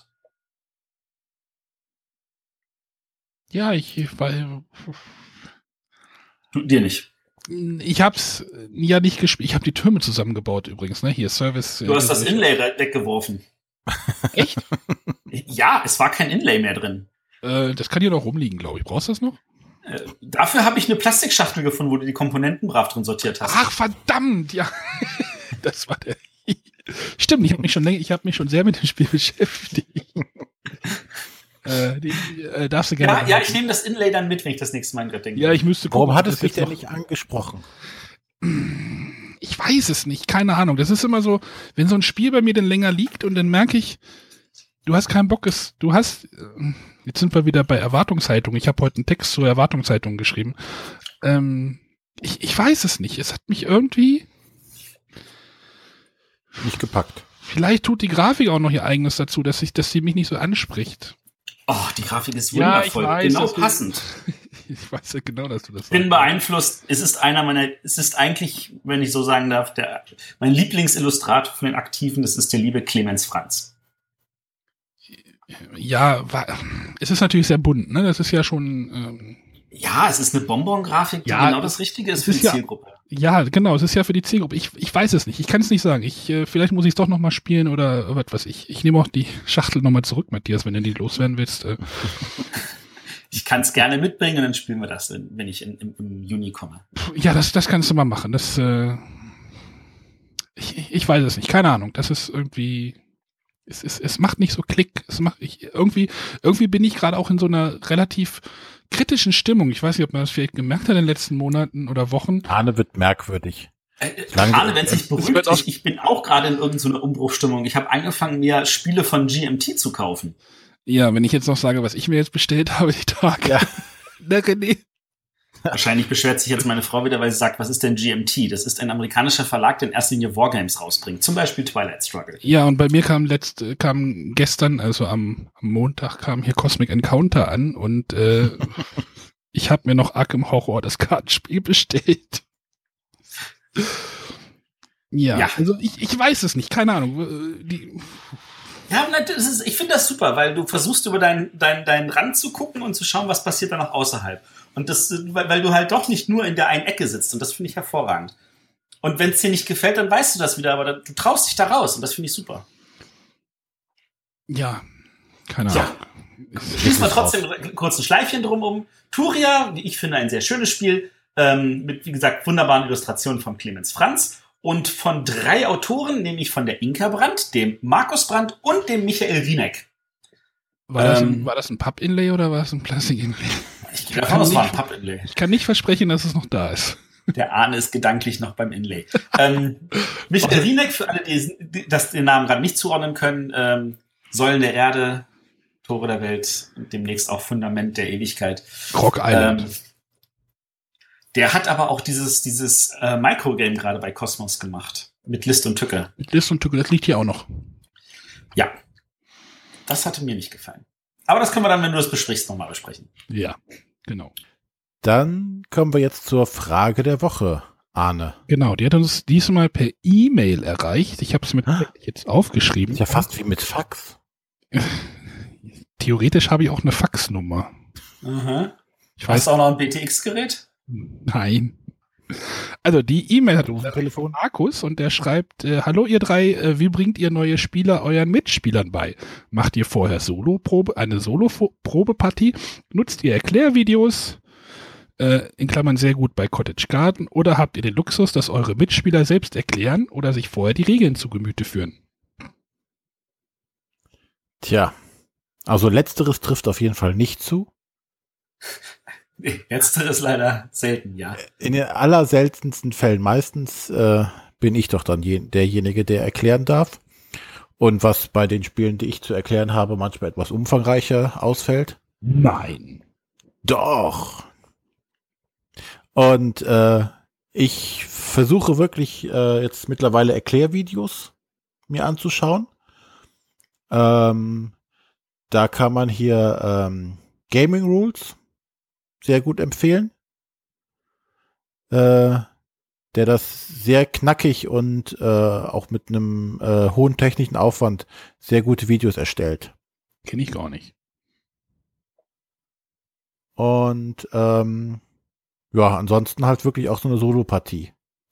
Ja, ich, weil du, dir nicht. Ich hab's ja nicht gespielt. Ich habe die Türme zusammengebaut übrigens, ne? Hier Service. Du hast das Inlay weggeworfen. Echt? Ja, es war kein Inlay mehr drin. Äh, das kann hier noch rumliegen, glaube ich. Brauchst du das noch? Äh, dafür habe ich eine Plastikschachtel gefunden, wo du die Komponenten brav drin sortiert hast. Ach verdammt, ja. Das war der. Stimmt, ich habe mich schon länger, ich habe mich schon sehr mit dem Spiel beschäftigt. Äh, die, äh, darfst du gerne. Ja, ja, ich nehme das Inlay dann mit, wenn ich das nächste Mal in Göttingen. Ja, ich müsste gucken. Warum hat es mich denn nicht angesprochen? Ich weiß es nicht, keine Ahnung. Das ist immer so, wenn so ein Spiel bei mir dann länger liegt und dann merke ich, du hast keinen Bock, es, du hast, äh, jetzt sind wir wieder bei Erwartungshaltung. Ich habe heute einen Text zur Erwartungshaltung geschrieben. Ähm, ich, ich weiß es nicht. Es hat mich irgendwie nicht gepackt. Vielleicht tut die Grafik auch noch ihr eigenes dazu, dass ich, dass sie mich nicht so anspricht. Oh, die Grafik ist wundervoll. Ja, ich weiß, genau passend. Du, ich weiß ja genau, dass du das sagst. Bin beeinflusst. Es ist einer meiner, es ist eigentlich, wenn ich so sagen darf, der, mein Lieblingsillustrator von den Aktiven, das ist der liebe Clemens Franz. Ja, war, es ist natürlich sehr bunt, ne? Das ist ja schon, ähm, ja, es ist eine Bonbon-Grafik, die ja, genau das Richtige ist für die ja, Zielgruppe. Ja, genau, es ist ja für die Zielgruppe. Ich, ich weiß es nicht, ich kann es nicht sagen. Ich, äh, vielleicht muss ich es doch noch mal spielen oder was weiß ich. Ich nehme auch die Schachtel noch mal zurück, Matthias, wenn du die loswerden willst. Äh. Ich kann es gerne mitbringen und dann spielen wir das, wenn ich in, im, im Juni komme. Ja, das, das kannst du mal machen. Das, äh, ich, ich weiß es nicht, keine Ahnung. Das ist irgendwie, es, es, es macht nicht so Klick. Es macht, ich, irgendwie, irgendwie bin ich gerade auch in so einer relativ kritischen Stimmung. Ich weiß nicht, ob man das vielleicht gemerkt hat in den letzten Monaten oder Wochen. Arne wird merkwürdig. Äh, Arne, wenn es sich beruhigt, ich, ich bin auch gerade in irgendeiner Umbruchstimmung. Ich habe angefangen, mir Spiele von G M T zu kaufen. Ja, wenn ich jetzt noch sage, was ich mir jetzt bestellt habe, die Tage. Ja. Na, René. Wahrscheinlich beschwert sich jetzt meine Frau wieder, weil sie sagt, was ist denn G M T? Das ist ein amerikanischer Verlag, der in erster Linie Wargames rausbringt. Zum Beispiel Twilight Struggle. Ja, und bei mir kam letzt, kam gestern, also am, am Montag, kam hier Cosmic Encounter an und äh, ich habe mir noch Arkham Horror, das Kartenspiel, bestellt. Ja, ja, also ich, ich weiß es nicht, keine Ahnung. Die Ja, das ist, ich finde das super, weil du versuchst, über deinen dein, dein Rand zu gucken und zu schauen, was passiert da noch außerhalb. Und das, weil, weil du halt doch nicht nur in der einen Ecke sitzt. Und das finde ich hervorragend. Und wenn es dir nicht gefällt, dann weißt du das wieder. Aber da, du traust dich da raus. Und das finde ich super. Ja, keine Ahnung. Ja. Schließen wir trotzdem kurz ein Schleifchen drumherum. Turia, wie ich finde, ein sehr schönes Spiel. Ähm, mit, wie gesagt, wunderbaren Illustrationen von Clemens Franz. Und von drei Autoren, nämlich von der Inka Brandt, dem Markus Brandt und dem Michael Rieneck. War, ähm, das ein, war das ein Papp-Inlay oder war das ein Plastik-Inlay? Ich glaube, das war ein Papp-Inlay. Ich kann nicht versprechen, dass es noch da ist. Der Arne ist gedanklich noch beim Inlay. ähm, Michael Rieneck, für alle, die, die das den Namen gerade nicht zuordnen können, ähm, Säulen der Erde, Tore der Welt und demnächst auch Fundament der Ewigkeit. Rock Island. Ähm, der hat aber auch dieses, dieses äh, Microgame gerade bei Cosmos gemacht. Mit List und Tücke. Mit List und Tücke, das liegt hier auch noch. Ja. Das hatte mir nicht gefallen. Aber das können wir dann, wenn du das besprichst, nochmal besprechen. Ja, genau. Dann kommen wir jetzt zur Frage der Woche, Arne. Genau, die hat uns diesmal per E-Mail erreicht. Ich habe es mit ah, jetzt aufgeschrieben. Ist ja fast wie mit Fax. Theoretisch habe ich auch eine Faxnummer. Mhm. Ich weiß, hast du auch noch ein B T X-Gerät? Nein. Also die E-Mail hat unser Telefon Markus und der schreibt, äh, hallo ihr drei, äh, wie bringt ihr neue Spieler euren Mitspielern bei? Macht ihr vorher Solo-Probe, eine Solo-Probepartie? Nutzt ihr Erklärvideos? Äh, in Klammern sehr gut bei Cottage Garden? Oder habt ihr den Luxus, dass eure Mitspieler selbst erklären oder sich vorher die Regeln zu Gemüte führen? Tja, also letzteres trifft auf jeden Fall nicht zu. Nee, letzteres leider selten, ja. In den allerseltensten Fällen meistens äh, bin ich doch dann je, derjenige, der erklären darf. Und was bei den Spielen, die ich zu erklären habe, manchmal etwas umfangreicher ausfällt. Nein. Doch. Und äh, ich versuche wirklich äh, jetzt mittlerweile Erklärvideos mir anzuschauen. Ähm, da kann man hier ähm, Gaming Rules sehr gut empfehlen, äh, der das sehr knackig und äh, auch mit einem äh, hohen technischen Aufwand sehr gute Videos erstellt. Kenne ich gar nicht. Und ähm, ja, ansonsten halt wirklich auch so eine Solo-Partie.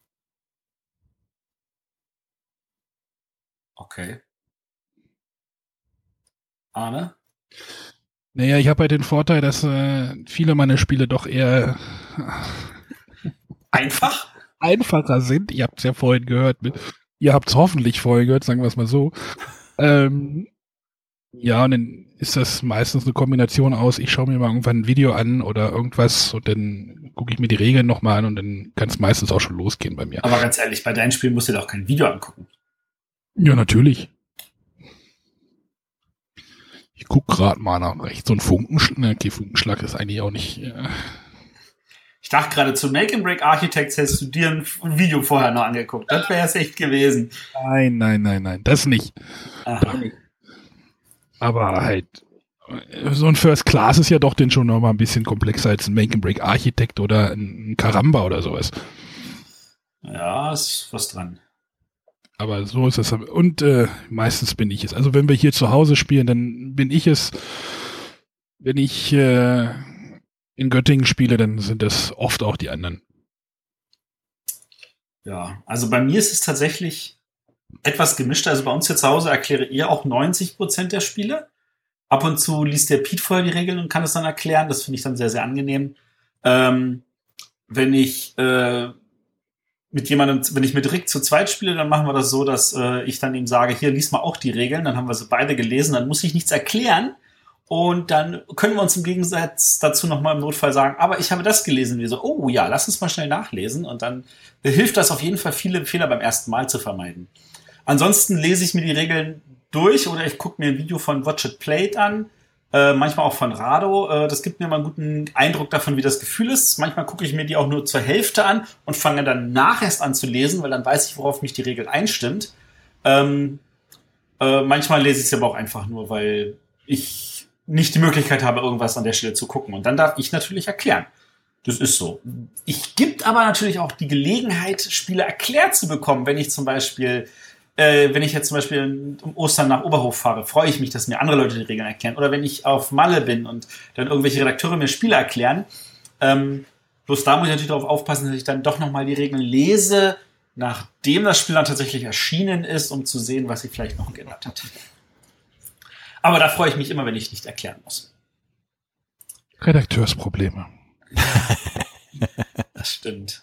Okay. Arne? Naja, ich habe halt den Vorteil, dass äh, viele meiner Spiele doch eher einfach einfacher sind. Ihr habt es ja vorhin gehört. Mit, ihr habt es hoffentlich vorhin gehört, sagen wir es mal so. Ähm, ja, und dann ist das meistens eine Kombination aus, ich schaue mir mal irgendwann ein Video an oder irgendwas und dann gucke ich mir die Regeln nochmal an und dann kann es meistens auch schon losgehen bei mir. Aber ganz ehrlich, bei deinen Spielen musst du dir doch kein Video angucken. Ja, natürlich. Ich Ich guck gerade mal nach rechts. So ein Funkenschlag, okay, Funkenschlag ist eigentlich auch nicht... Äh Ich dachte gerade, zu Make and Break Architects hättest du dir ein Video vorher noch angeguckt. Das wäre es echt gewesen. Nein, nein, nein, nein, das nicht. Aha. Aber halt, so ein First Class ist ja doch denn schon noch mal ein bisschen komplexer als ein Make and Break Architect oder ein Karamba oder sowas. Ja, ist was dran. Aber so ist es. Und äh, meistens bin ich es. Also wenn wir hier zu Hause spielen, dann bin ich es. Wenn ich äh, in Göttingen spiele, dann sind das oft auch die anderen. Ja, also bei mir ist es tatsächlich etwas gemischt. Also bei uns hier zu Hause erkläre ihr auch neunzig Prozent der Spiele. Ab und zu liest der Pete vorher die Regeln und kann es dann erklären. Das finde ich dann sehr, sehr angenehm. Ähm, wenn ich äh, mit jemandem, wenn ich mit Rick zu zweit spiele, dann machen wir das so, dass äh, ich dann ihm sage, hier, lies mal auch die Regeln. Dann haben wir sie beide gelesen. Dann muss ich nichts erklären. Und dann können wir uns im Gegensatz dazu nochmal im Notfall sagen, aber ich habe das gelesen. Wir so, oh ja, lass uns mal schnell nachlesen. Und dann hilft das auf jeden Fall, viele Fehler beim ersten Mal zu vermeiden. Ansonsten lese ich mir die Regeln durch oder ich gucke mir ein Video von Watch It Played an. Äh, manchmal auch von Rado. Äh, das gibt mir mal einen guten Eindruck davon, wie das Gefühl ist. Manchmal gucke ich mir die auch nur zur Hälfte an und fange dann nach erst an zu lesen, weil dann weiß ich, worauf mich die Regel einstimmt. Ähm, äh, manchmal lese ich es aber auch einfach nur, weil ich nicht die Möglichkeit habe, irgendwas an der Stelle zu gucken. Und dann darf ich natürlich erklären. Das ist so. Ich gibt aber natürlich auch die Gelegenheit, Spiele erklärt zu bekommen, wenn ich zum Beispiel Äh, wenn ich jetzt zum Beispiel um Ostern nach Oberhof fahre, freue ich mich, dass mir andere Leute die Regeln erklären. Oder wenn ich auf Malle bin und dann irgendwelche Redakteure mir Spiele erklären. Ähm, bloß da muss ich natürlich darauf aufpassen, dass ich dann doch nochmal die Regeln lese, nachdem das Spiel dann tatsächlich erschienen ist, um zu sehen, was sich vielleicht noch geändert hat. Aber da freue ich mich immer, wenn ich nicht erklären muss. Redakteursprobleme. Das stimmt.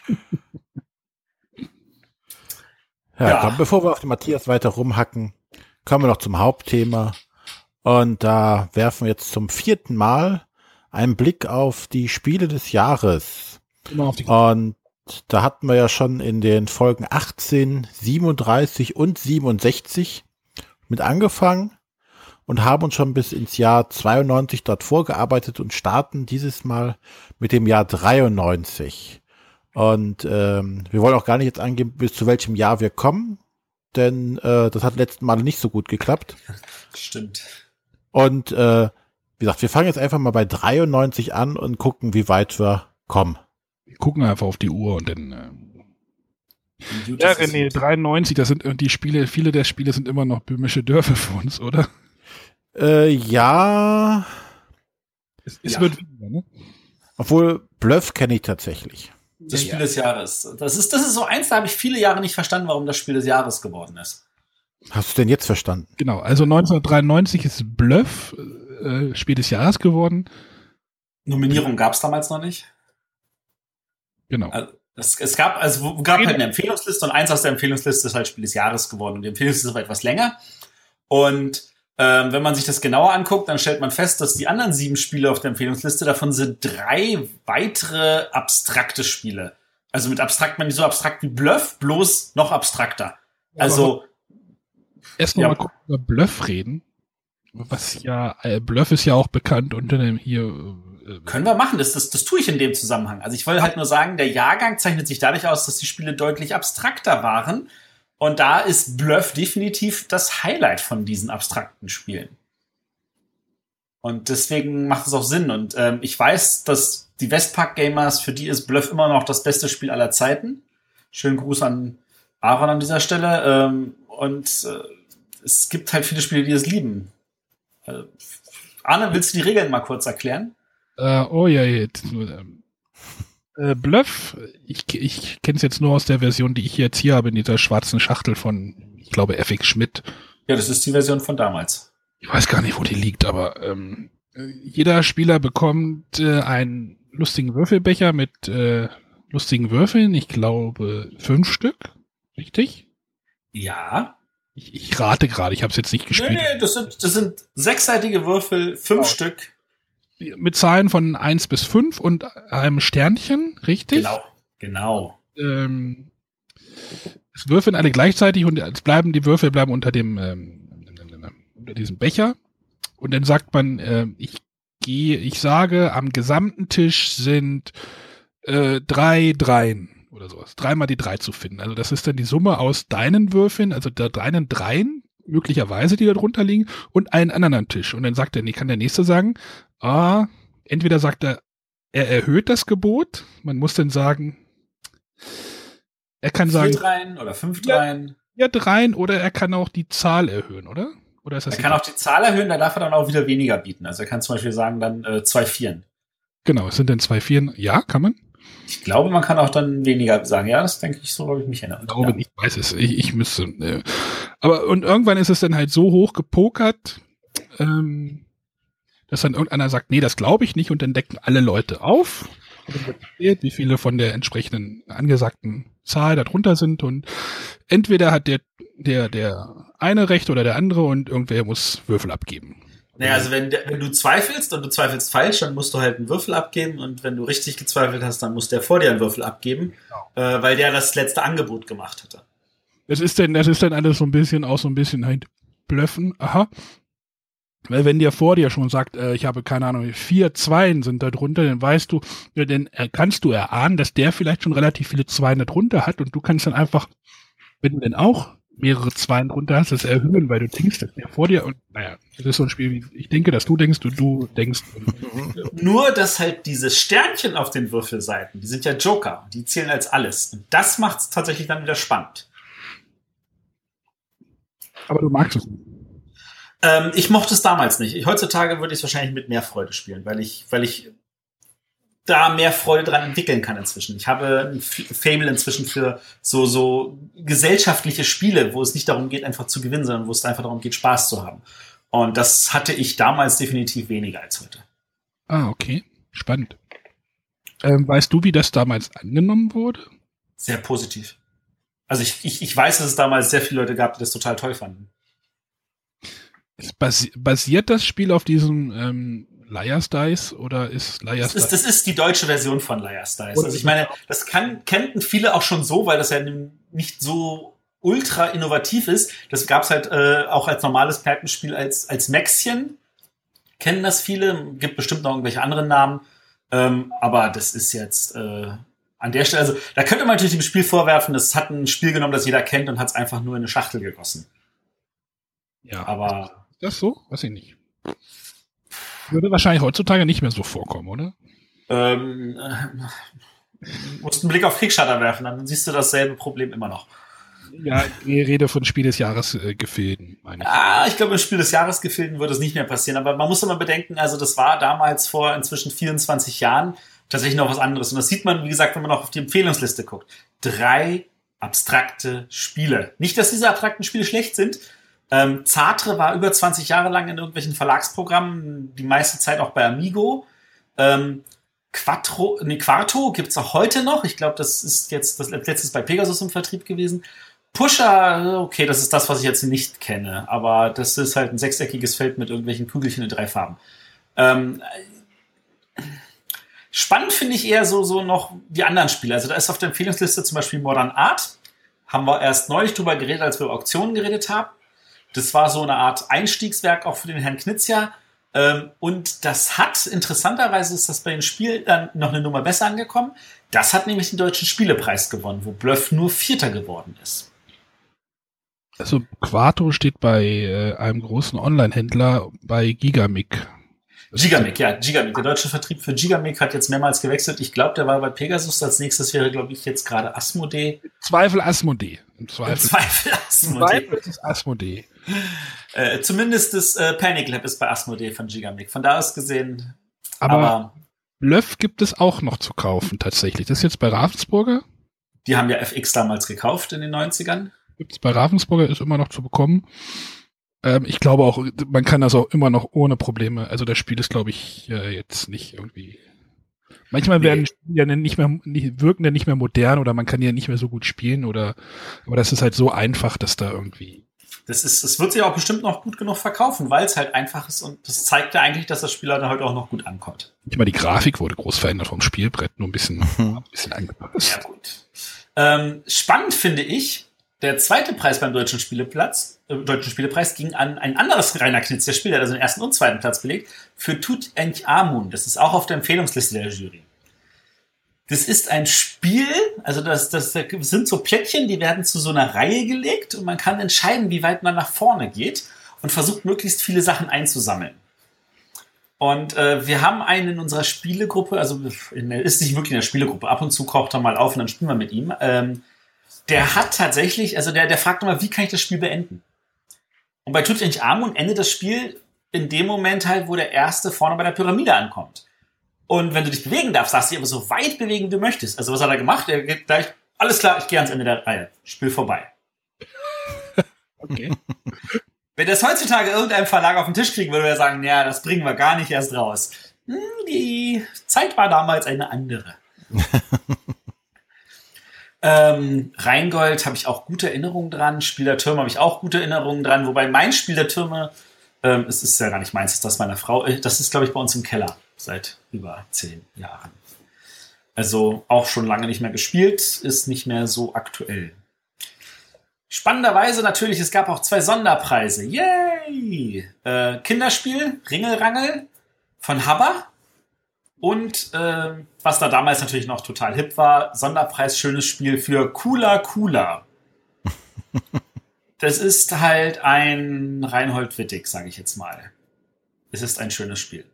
Ja, Ja. Komm, bevor wir auf den Matthias weiter rumhacken, kommen wir noch zum Hauptthema. Und da werfen wir jetzt zum vierten Mal einen Blick auf die Spiele des Jahres. Immer auf die Und da hatten wir ja schon in den Folgen achtzehn, siebenunddreißig und siebenundsechzig mit angefangen und haben uns schon bis ins Jahr zweiundneunzig dort vorgearbeitet und starten dieses Mal mit dem Jahr dreiundneunzig. Und ähm, wir wollen auch gar nicht jetzt angeben, bis zu welchem Jahr wir kommen, denn äh, das hat letzten Mal nicht so gut geklappt. Stimmt. Und äh, wie gesagt, wir fangen jetzt einfach mal bei dreiundneunzig an und gucken, wie weit wir kommen. Wir gucken einfach auf die Uhr und dann. Äh Gut, ja, das ist René, gut. dreiundneunzig, das sind äh, die Spiele, viele der Spiele sind immer noch böhmische Dörfer für uns, oder? Äh, ja, Es, es Ja. wird weniger, ne? obwohl Bluff kenne ich tatsächlich. Das Spiel des Jahres. Das ist, das ist so eins, da habe ich viele Jahre nicht verstanden, warum das Spiel des Jahres geworden ist. Hast du denn jetzt verstanden? Genau, also neunzehnhundertdreiundneunzig ist Bluff äh, Spiel des Jahres geworden. Nominierung gab es damals noch nicht. Genau. Also, es, es gab, also gab halt eine Empfehlungsliste und eins aus der Empfehlungsliste ist halt Spiel des Jahres geworden und die Empfehlungsliste war etwas länger. Und ähm, wenn man sich das genauer anguckt, dann stellt man fest, dass die anderen sieben Spiele auf der Empfehlungsliste, davon sind drei weitere abstrakte Spiele. Also mit abstrakt meine ich so abstrakt wie Bluff, bloß noch abstrakter. Also Erst noch ja. mal kurz über Bluff reden. Was ja, äh, Bluff ist ja auch bekannt unter dem hier. Äh, können wir machen, das, das, das tue ich in dem Zusammenhang. Also ich will halt nur sagen, der Jahrgang zeichnet sich dadurch aus, dass die Spiele deutlich abstrakter waren. Und da ist Bluff definitiv das Highlight von diesen abstrakten Spielen. Und deswegen macht es auch Sinn. Und ähm, ich weiß, dass die Westpark-Gamers, für die ist Bluff immer noch das beste Spiel aller Zeiten. Schönen Gruß an Aaron an dieser Stelle. Ähm, und äh, es gibt halt viele Spiele, die es lieben. Äh, Arne, willst du die Regeln mal kurz erklären? äh, oh ja, jetzt. Ähm, äh, Bluff, ich, ich kenne es jetzt nur aus der Version, die ich jetzt hier habe, in dieser schwarzen Schachtel von, ich glaube, F X Schmidt. Ja, das ist die Version von damals. Ich weiß gar nicht, wo die liegt, aber ähm, jeder Spieler bekommt äh, einen lustigen Würfelbecher mit äh, lustigen Würfeln. Ich glaube, fünf Stück. Richtig? Ja. Ich, ich rate gerade, ich habe es jetzt nicht Nee, gespielt. nee, das sind, das sind sechsseitige Würfel, fünf Oh. Stück. Mit Zahlen von eins bis fünf und einem Sternchen, richtig? Genau, genau. Ähm, es würfeln alle gleichzeitig und es bleiben, die Würfel bleiben unter dem ähm, unter diesem Becher. und dann sagt man, äh, ich gehe, ich sage, am gesamten Tisch sind äh, drei Dreien oder sowas. Dreimal die drei zu finden. Also das ist dann die Summe aus deinen Würfeln, also der deinen Dreien, möglicherweise, die da drunter liegen, und einen anderen Tisch. Und dann sagt er, nee, kann der Nächste sagen, ah, entweder sagt er, er erhöht das Gebot, man muss dann sagen, er kann Vier sagen, Dreien oder fünf ja, Dreien. Ja, Dreien, oder er kann auch die Zahl erhöhen, oder? Oder ist das er kann auch die Zahl erhöhen, da darf er dann auch wieder weniger bieten. Also er kann zum Beispiel sagen, dann äh, zwei Vieren. Genau, es sind dann zwei Vieren. Ja, kann man? Ich glaube, man kann auch dann weniger sagen. Ja, das denke ich, so glaube ich mich erinnern. Ich glaube, ja. ich weiß es. Ich, ich müsste. Äh. Aber und irgendwann ist es dann halt so hoch gepokert, ähm, dass dann irgendeiner sagt, nee, das glaube ich nicht, und dann decken alle Leute auf. Und dann wird gezählt, wie viele von der entsprechenden angesagten Zahl da drunter sind, und entweder hat der der der eine recht oder der andere, und irgendwer muss Würfel abgeben. Naja, also wenn, wenn du zweifelst und du zweifelst falsch, dann musst du halt einen Würfel abgeben, und wenn du richtig gezweifelt hast, dann muss der vor dir einen Würfel abgeben, genau. äh, weil der das letzte Angebot gemacht hatte. Das ist denn, das ist dann alles so ein bisschen auch so ein bisschen halt Blöffen, aha. Weil wenn der vor dir schon sagt, äh, ich habe keine Ahnung, vier Zweien sind da drunter, dann weißt du, ja, dann kannst du erahnen, dass der vielleicht schon relativ viele Zweien da drunter hat, und du kannst dann einfach, wenn du denn auch mehrere Zweien drunter hast, das erhöhen, weil du denkst, dass der vor dir, und naja, das ist so ein Spiel, wie ich denke, dass du denkst, und du denkst. Und Nur, dass halt diese Sternchen auf den Würfelseiten, die sind ja Joker, die zählen als alles. Und das macht es tatsächlich dann wieder spannend. Aber du magst es nicht. Ähm, ich mochte es damals nicht. Ich, heutzutage würde ich es wahrscheinlich mit mehr Freude spielen, weil ich, weil ich da mehr Freude dran entwickeln kann inzwischen. Ich habe ein Faible inzwischen für so, so gesellschaftliche Spiele, wo es nicht darum geht, einfach zu gewinnen, sondern wo es einfach darum geht, Spaß zu haben. Und das hatte ich damals definitiv weniger als heute. Ah, okay. Spannend. Ähm, weißt du, wie das damals angenommen wurde? Sehr positiv. Also ich, ich, ich weiß, dass es damals sehr viele Leute gab, die das total toll fanden. Basi- basiert das Spiel auf diesem ähm, Liar's Dice, oder ist Liar's Das ist, Dice? das ist die deutsche Version von Liar's Dice. Also ich meine, das kann, kannten viele auch schon so, weil das ja nicht so ultra innovativ ist. Das gab's halt äh, auch als normales Perkenspiel als, als Maxchen. Kennen das viele, gibt bestimmt noch irgendwelche anderen Namen. Ähm, aber das ist jetzt äh, an der Stelle, also da könnte man natürlich dem Spiel vorwerfen, das hat ein Spiel genommen, das jeder kennt, und hat es einfach nur in eine Schachtel gegossen. Ja, aber ist das so? Weiß ich nicht. Würde wahrscheinlich heutzutage nicht mehr so vorkommen, oder? Ähm, äh, musst einen Blick auf Kickstarter werfen, dann siehst du dasselbe Problem immer noch. Ja, ich rede von Spiel des Jahres äh, Gefilden, meine ich. Ah, ich glaube, im Spiel des Jahres Gefilden würde es nicht mehr passieren, aber man muss immer bedenken, also das war damals vor inzwischen vierundzwanzig Jahren tatsächlich noch was anderes, und das sieht man, wie gesagt, wenn man auch auf die Empfehlungsliste guckt. Drei abstrakte Spiele. Nicht, dass diese abstrakten Spiele schlecht sind. Ähm, Zartre war über zwanzig Jahre lang in irgendwelchen Verlagsprogrammen, die meiste Zeit auch bei Amigo. Ähm, Quattro, nee, Quarto gibt's auch heute noch. Ich glaube, das ist jetzt das letztes bei Pegasus im Vertrieb gewesen. Pusher, okay, das ist das, was ich jetzt nicht kenne, aber das ist halt ein sechseckiges Feld mit irgendwelchen Kügelchen in drei Farben. Ähm, spannend finde ich eher so, so noch die anderen Spiele. Also da ist auf der Empfehlungsliste zum Beispiel Modern Art. Haben wir erst neulich drüber geredet, als wir über Auktionen geredet haben. Das war so eine Art Einstiegswerk auch für den Herrn Knizia. Ähm, und das hat, interessanterweise ist das bei dem Spiel dann noch eine Nummer besser angekommen. Das hat nämlich den Deutschen Spielepreis gewonnen, wo Bluff nur Vierter geworden ist. Also Quarto steht bei äh, einem großen Online-Händler bei Gigamic. Gigamic, ja, Gigamic. Der deutsche Vertrieb für Gigamic hat jetzt mehrmals gewechselt. Ich glaube, der war bei Pegasus. Als nächstes wäre, glaube ich, jetzt gerade Asmodee. Zweifel Asmodee. Im Zweifel, Im Zweifel Asmodee. Zweifel ist Asmodee. Äh, zumindest das äh, Panic Lab ist bei Asmodee von Gigamic. Von da aus gesehen. Aber, aber Bluff gibt es auch noch zu kaufen, tatsächlich. Das ist jetzt bei Ravensburger. Die haben ja F X damals gekauft in den neunzigern. Gibt es bei Ravensburger, ist immer noch zu bekommen. Ähm, ich glaube auch, man kann das auch immer noch ohne Probleme. Also das Spiel ist, glaube ich, äh, jetzt nicht irgendwie. Manchmal nee. werden Spiele ja nicht mehr, nicht, wirken ja nicht mehr modern, oder man kann ja nicht mehr so gut spielen, oder, aber das ist halt so einfach, dass da irgendwie. Das ist, es wird sich auch bestimmt noch gut genug verkaufen, weil es halt einfach ist, und das zeigt ja eigentlich, dass das Spiel dann heute auch noch gut ankommt. Nicht mal die Grafik wurde groß verändert vom Spielbrett, nur ein bisschen, ein bisschen angepasst. Ja, gut. Ähm, spannend finde ich, Der zweite Preis beim Deutschen Spieleplatz, äh, Deutschen Spielepreis ging an ein anderes Rainer Knizia Spiel, der hat also den ersten und zweiten Platz belegt, für Tutanchamun. Das ist auch auf der Empfehlungsliste der Jury. Das ist ein Spiel, also das, das sind so Plättchen, die werden zu so einer Reihe gelegt und man kann entscheiden, wie weit man nach vorne geht und versucht, möglichst viele Sachen einzusammeln. Und äh, wir haben einen in unserer Spielegruppe, also in der, ist nicht wirklich in der Spielegruppe, ab und zu kocht er mal auf und dann spielen wir mit ihm. Ähm, der hat tatsächlich, also der, der fragt immer, wie kann ich das Spiel beenden? Und bei Tutanchamun endet das Spiel in dem Moment halt, wo der Erste vorne bei der Pyramide ankommt. Und wenn du dich bewegen darfst, darfst du dich aber so weit bewegen, wie du möchtest. Also was hat er gemacht? Er geht gleich, alles klar, ich gehe ans Ende der Reihe. Spiel vorbei. Okay. Wenn das heutzutage irgendein Verlag auf den Tisch kriegen würde, würde er sagen, ja, das bringen wir gar nicht erst raus. Hm, die Zeit war damals eine andere. ähm, Rheingold habe ich auch gute Erinnerungen dran. Spiel der Türme habe ich auch gute Erinnerungen dran. Wobei mein Spiel der Türme, ähm, es ist ja gar nicht meins, ist das meiner Frau. Das ist, glaube ich, bei uns im Keller seit über zehn Jahren. Also auch schon lange nicht mehr gespielt, ist nicht mehr so aktuell. Spannenderweise natürlich, es gab auch zwei Sonderpreise. Yay! Äh, Kinderspiel, Ringelrangel von Habba. Und äh, was da damals natürlich noch total hip war, Sonderpreis, schönes Spiel für Kula Kula. Das ist halt ein Reinhold Wittig, sage ich jetzt mal. Es ist ein schönes Spiel.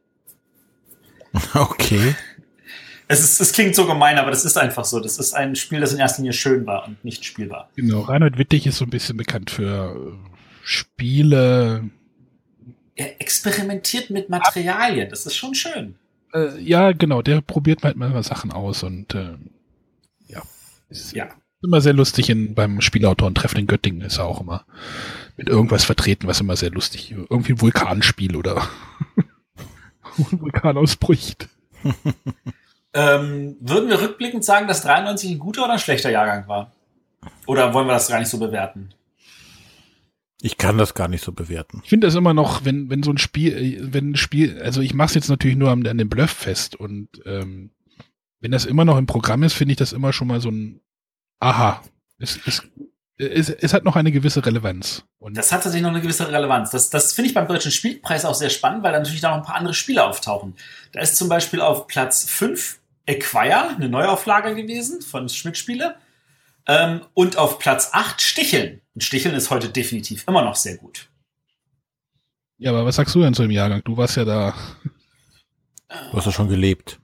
Okay. Es, ist, es klingt so gemein, aber das ist einfach so. Das ist ein Spiel, das in erster Linie schön war und nicht spielbar. Genau, Reinhold Wittig ist so ein bisschen bekannt für Spiele. Er experimentiert mit Materialien, das ist schon schön. Äh, ja, genau, der probiert halt mal Sachen aus und äh, ja. Ist ja. Immer sehr lustig in, beim Spielautorentreffen in Göttingen ist er auch immer mit irgendwas vertreten, was immer sehr lustig ist. Irgendwie ein Vulkanspiel oder ein Vulkan ausbricht. ähm, würden wir rückblickend sagen, dass dreiundneunzig ein guter oder ein schlechter Jahrgang war? Oder wollen wir das gar nicht so bewerten? Ich kann das gar nicht so bewerten. Ich finde das immer noch, wenn wenn so ein Spiel, wenn ein Spiel, also ich mache es jetzt natürlich nur an, an dem Bluff fest und ähm, wenn das immer noch im Programm ist, finde ich das immer schon mal so ein Aha. Es, es, es, es hat noch eine gewisse Relevanz. Und das hat tatsächlich noch eine gewisse Relevanz. Das, das finde ich beim Deutschen Spielpreis auch sehr spannend, weil da natürlich da noch ein paar andere Spiele auftauchen. Da ist zum Beispiel auf Platz fünf Acquire, eine Neuauflage gewesen von Schmidt-Spiele. Ähm, und auf Platz acht Sticheln. Und Sticheln ist heute definitiv immer noch sehr gut. Ja, aber was sagst du denn zu dem Jahrgang? Du warst ja da. Du hast ja schon gelebt.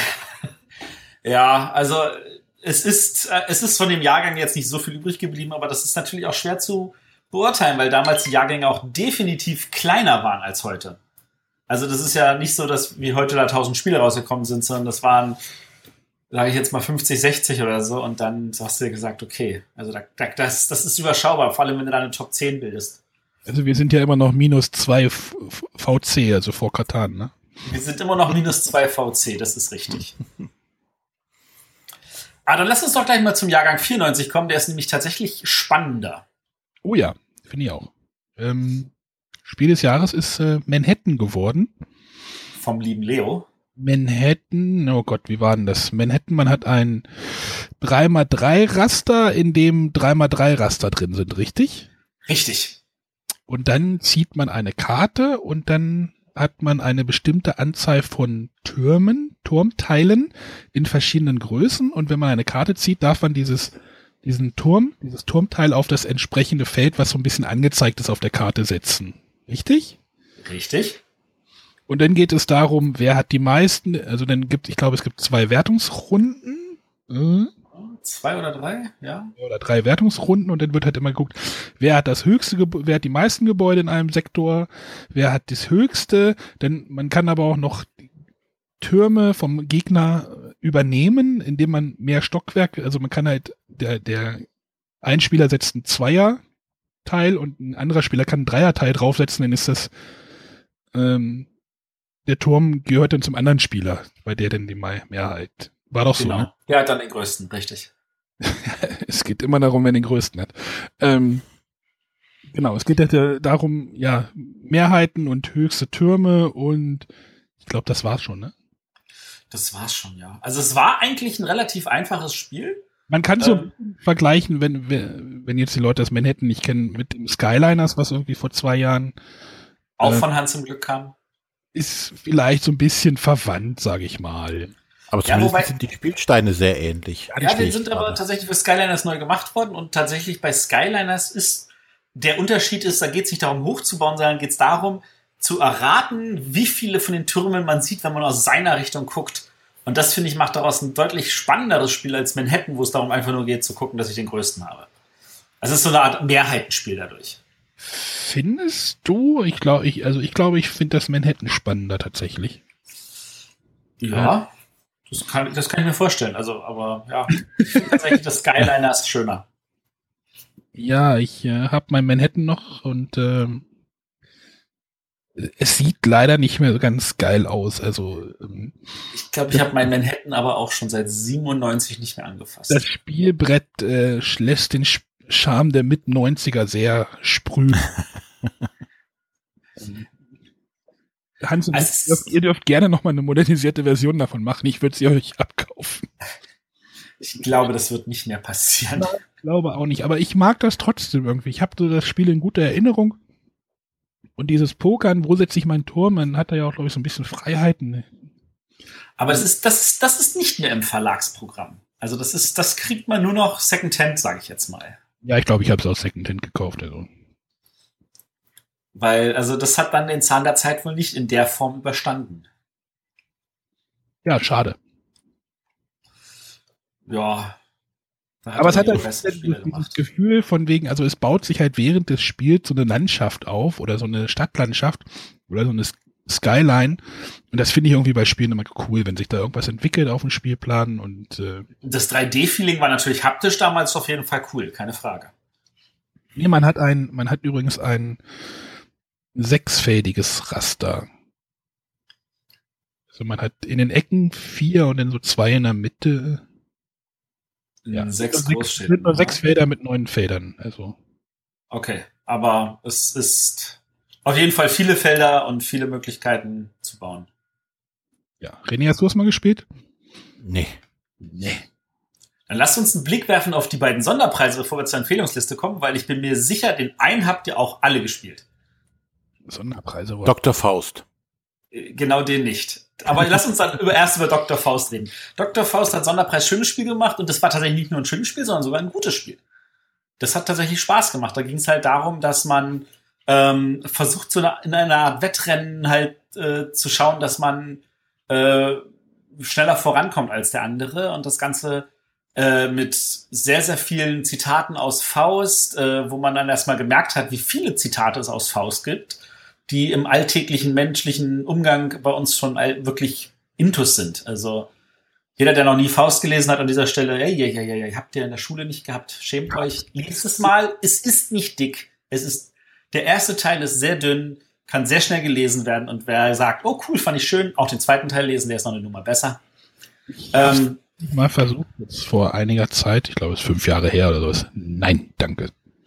Ja, also es ist, äh, es ist von dem Jahrgang jetzt nicht so viel übrig geblieben, aber das ist natürlich auch schwer zu beurteilen, weil damals die Jahrgänge auch definitiv kleiner waren als heute. Also das ist ja nicht so, dass wie heute da tausend Spiele rausgekommen sind, sondern das waren, sage ich jetzt mal, fünfzig, sechzig oder so und dann hast du dir gesagt, okay, also da, da, das, das ist überschaubar, vor allem wenn du da eine Top zehn bildest. Also wir sind ja immer noch minus zwei V C, also vor Katan, ne? Wir sind immer noch minus zwei V C, das ist richtig. Aber dann lass uns doch gleich mal zum Jahrgang vierundneunzig kommen, der ist nämlich tatsächlich spannender. Oh ja, finde ich auch. Ähm, Spiel des Jahres ist äh, Manhattan geworden. Vom lieben Leo. Manhattan, oh Gott, wie war denn das? Manhattan, man hat ein drei mal drei Raster, in dem drei mal drei Raster drin sind, richtig? Richtig. Und dann zieht man eine Karte und dann hat man eine bestimmte Anzahl von Türmen, Turmteilen in verschiedenen Größen und wenn man eine Karte zieht, darf man dieses, diesen Turm, dieses Turmteil auf das entsprechende Feld, was so ein bisschen angezeigt ist, auf der Karte setzen. Richtig? Richtig. Und dann geht es darum, wer hat die meisten, also dann gibt, ich glaube, es gibt zwei Wertungsrunden. Äh, Zwei oder drei, ja. Oder drei Wertungsrunden und dann wird halt immer geguckt, wer hat das höchste, Gebäude, wer hat die meisten Gebäude in einem Sektor, wer hat das höchste, denn man kann aber auch noch Türme vom Gegner übernehmen, indem man mehr Stockwerke, also man kann halt, der, der ein Spieler setzt ein Zweierteil und ein anderer Spieler kann ein Dreierteil draufsetzen, dann ist das, ähm, der Turm gehört dann zum anderen Spieler, bei der dann die Mehrheit. War doch genau. So, ne? Der hat dann den größten, richtig. Es geht immer darum, wer den größten hat. Ähm, genau, es geht ja darum, ja, Mehrheiten und höchste Türme und ich glaube, das war's schon, ne? Das war's schon, ja. Also es war eigentlich ein relativ einfaches Spiel. Man kann so ähm, vergleichen, wenn, wenn jetzt die Leute das Manhattan nicht kennen, mit dem Skyliners, was irgendwie vor zwei Jahren auch äh, von Hans im Glück kam. Ist vielleicht so ein bisschen verwandt, sage ich mal. Aber ja, zumindest wobei, sind die Spielsteine sehr ähnlich. Ja, die sind aber tatsächlich für Skyliners neu gemacht worden und tatsächlich bei Skyliners ist der Unterschied ist, da geht es nicht darum hochzubauen, sondern geht es darum zu erraten, wie viele von den Türmen man sieht, wenn man aus seiner Richtung guckt. Und das, finde ich, macht daraus ein deutlich spannenderes Spiel als Manhattan, wo es darum einfach nur geht, zu gucken, dass ich den größten habe. Also es ist so eine Art Mehrheitenspiel dadurch. Findest du? Ich glaube, ich, also ich glaube, ich finde das Manhattan spannender tatsächlich. Ja, das kann, das kann ich mir vorstellen. Also, aber ja, ich finde tatsächlich das Skyliner ist schöner. Ja, ich äh, habe mein Manhattan noch und ähm, es sieht leider nicht mehr so ganz geil aus. Also ähm, ich glaube, ich habe mein Manhattan aber auch schon seit siebenundneunzig nicht mehr angefasst. Das Spielbrett äh, lässt den Charme der Mit-neunziger sehr sprühen. Hans und ich, dürft, ihr dürft gerne noch mal eine modernisierte Version davon machen. Ich würde sie euch abkaufen. Ich glaube, das wird nicht mehr passieren. Nein, ich glaube auch nicht. Aber ich mag das trotzdem irgendwie. Ich habe so das Spiel in guter Erinnerung. Und dieses Pokern, wo setze ich meinen Turm? Man hat da ja auch, glaube ich, so ein bisschen Freiheiten. Aber das ist, das ist, das ist nicht mehr im Verlagsprogramm. Also das ist, das kriegt man nur noch Secondhand, sage ich jetzt mal. Ja, ich glaube, ich habe es auch Secondhand gekauft. Also. Weil, also das hat dann den Zahn der Zeit wohl nicht in der Form überstanden. Ja, schade. Ja. Aber es hat halt dieses Gefühl von wegen, also es baut sich halt während des Spiels so eine Landschaft auf oder so eine Stadtlandschaft oder so eine Skyline. Und das finde ich irgendwie bei Spielen immer cool, wenn sich da irgendwas entwickelt auf dem Spielplan. Und äh, das drei D-Feeling war natürlich haptisch damals auf jeden Fall cool, keine Frage. Nee, man hat ein, man hat übrigens ein sechsfädiges Raster. Also man hat in den Ecken vier und dann so zwei in der Mitte. Ja, sechs Großstädten. Mit nur sechs Felder mit neun Federn. Also. Okay, aber es ist auf jeden Fall viele Felder und viele Möglichkeiten zu bauen. Ja, René, hast du es mal gespielt? Nee. Nee. Dann lasst uns einen Blick werfen auf die beiden Sonderpreise, bevor wir zur Empfehlungsliste kommen, weil ich bin mir sicher, den einen habt ihr auch alle gespielt. Sonderpreise? Oder? Doktor Faust. Genau den nicht. Aber lass uns dann über, erst über Doktor Faust reden. Doktor Faust hat Sonderpreis schönes Spiel gemacht und das war tatsächlich nicht nur ein schönes Spiel, sondern sogar ein gutes Spiel. Das hat tatsächlich Spaß gemacht. Da ging es halt darum, dass man ähm, versucht, so eine, in einer Art Wettrennen halt äh, zu schauen, dass man äh, schneller vorankommt als der andere und das Ganze äh, mit sehr, sehr vielen Zitaten aus Faust, äh, wo man dann erstmal gemerkt hat, wie viele Zitate es aus Faust gibt, die im alltäglichen menschlichen Umgang bei uns schon wirklich intus sind. Also jeder, der noch nie Faust gelesen hat an dieser Stelle, ey, ja, ja, ja, habt ihr in der Schule nicht gehabt, schämt euch, liest es mal. Es ist nicht dick. Es ist, der erste Teil ist sehr dünn, kann sehr schnell gelesen werden und wer sagt, oh cool, fand ich schön, auch den zweiten Teil lesen, der ist noch eine Nummer besser. Ich ähm, mal versucht, jetzt vor einiger Zeit, ich glaube, es ist fünf Jahre her oder sowas. Nein, danke.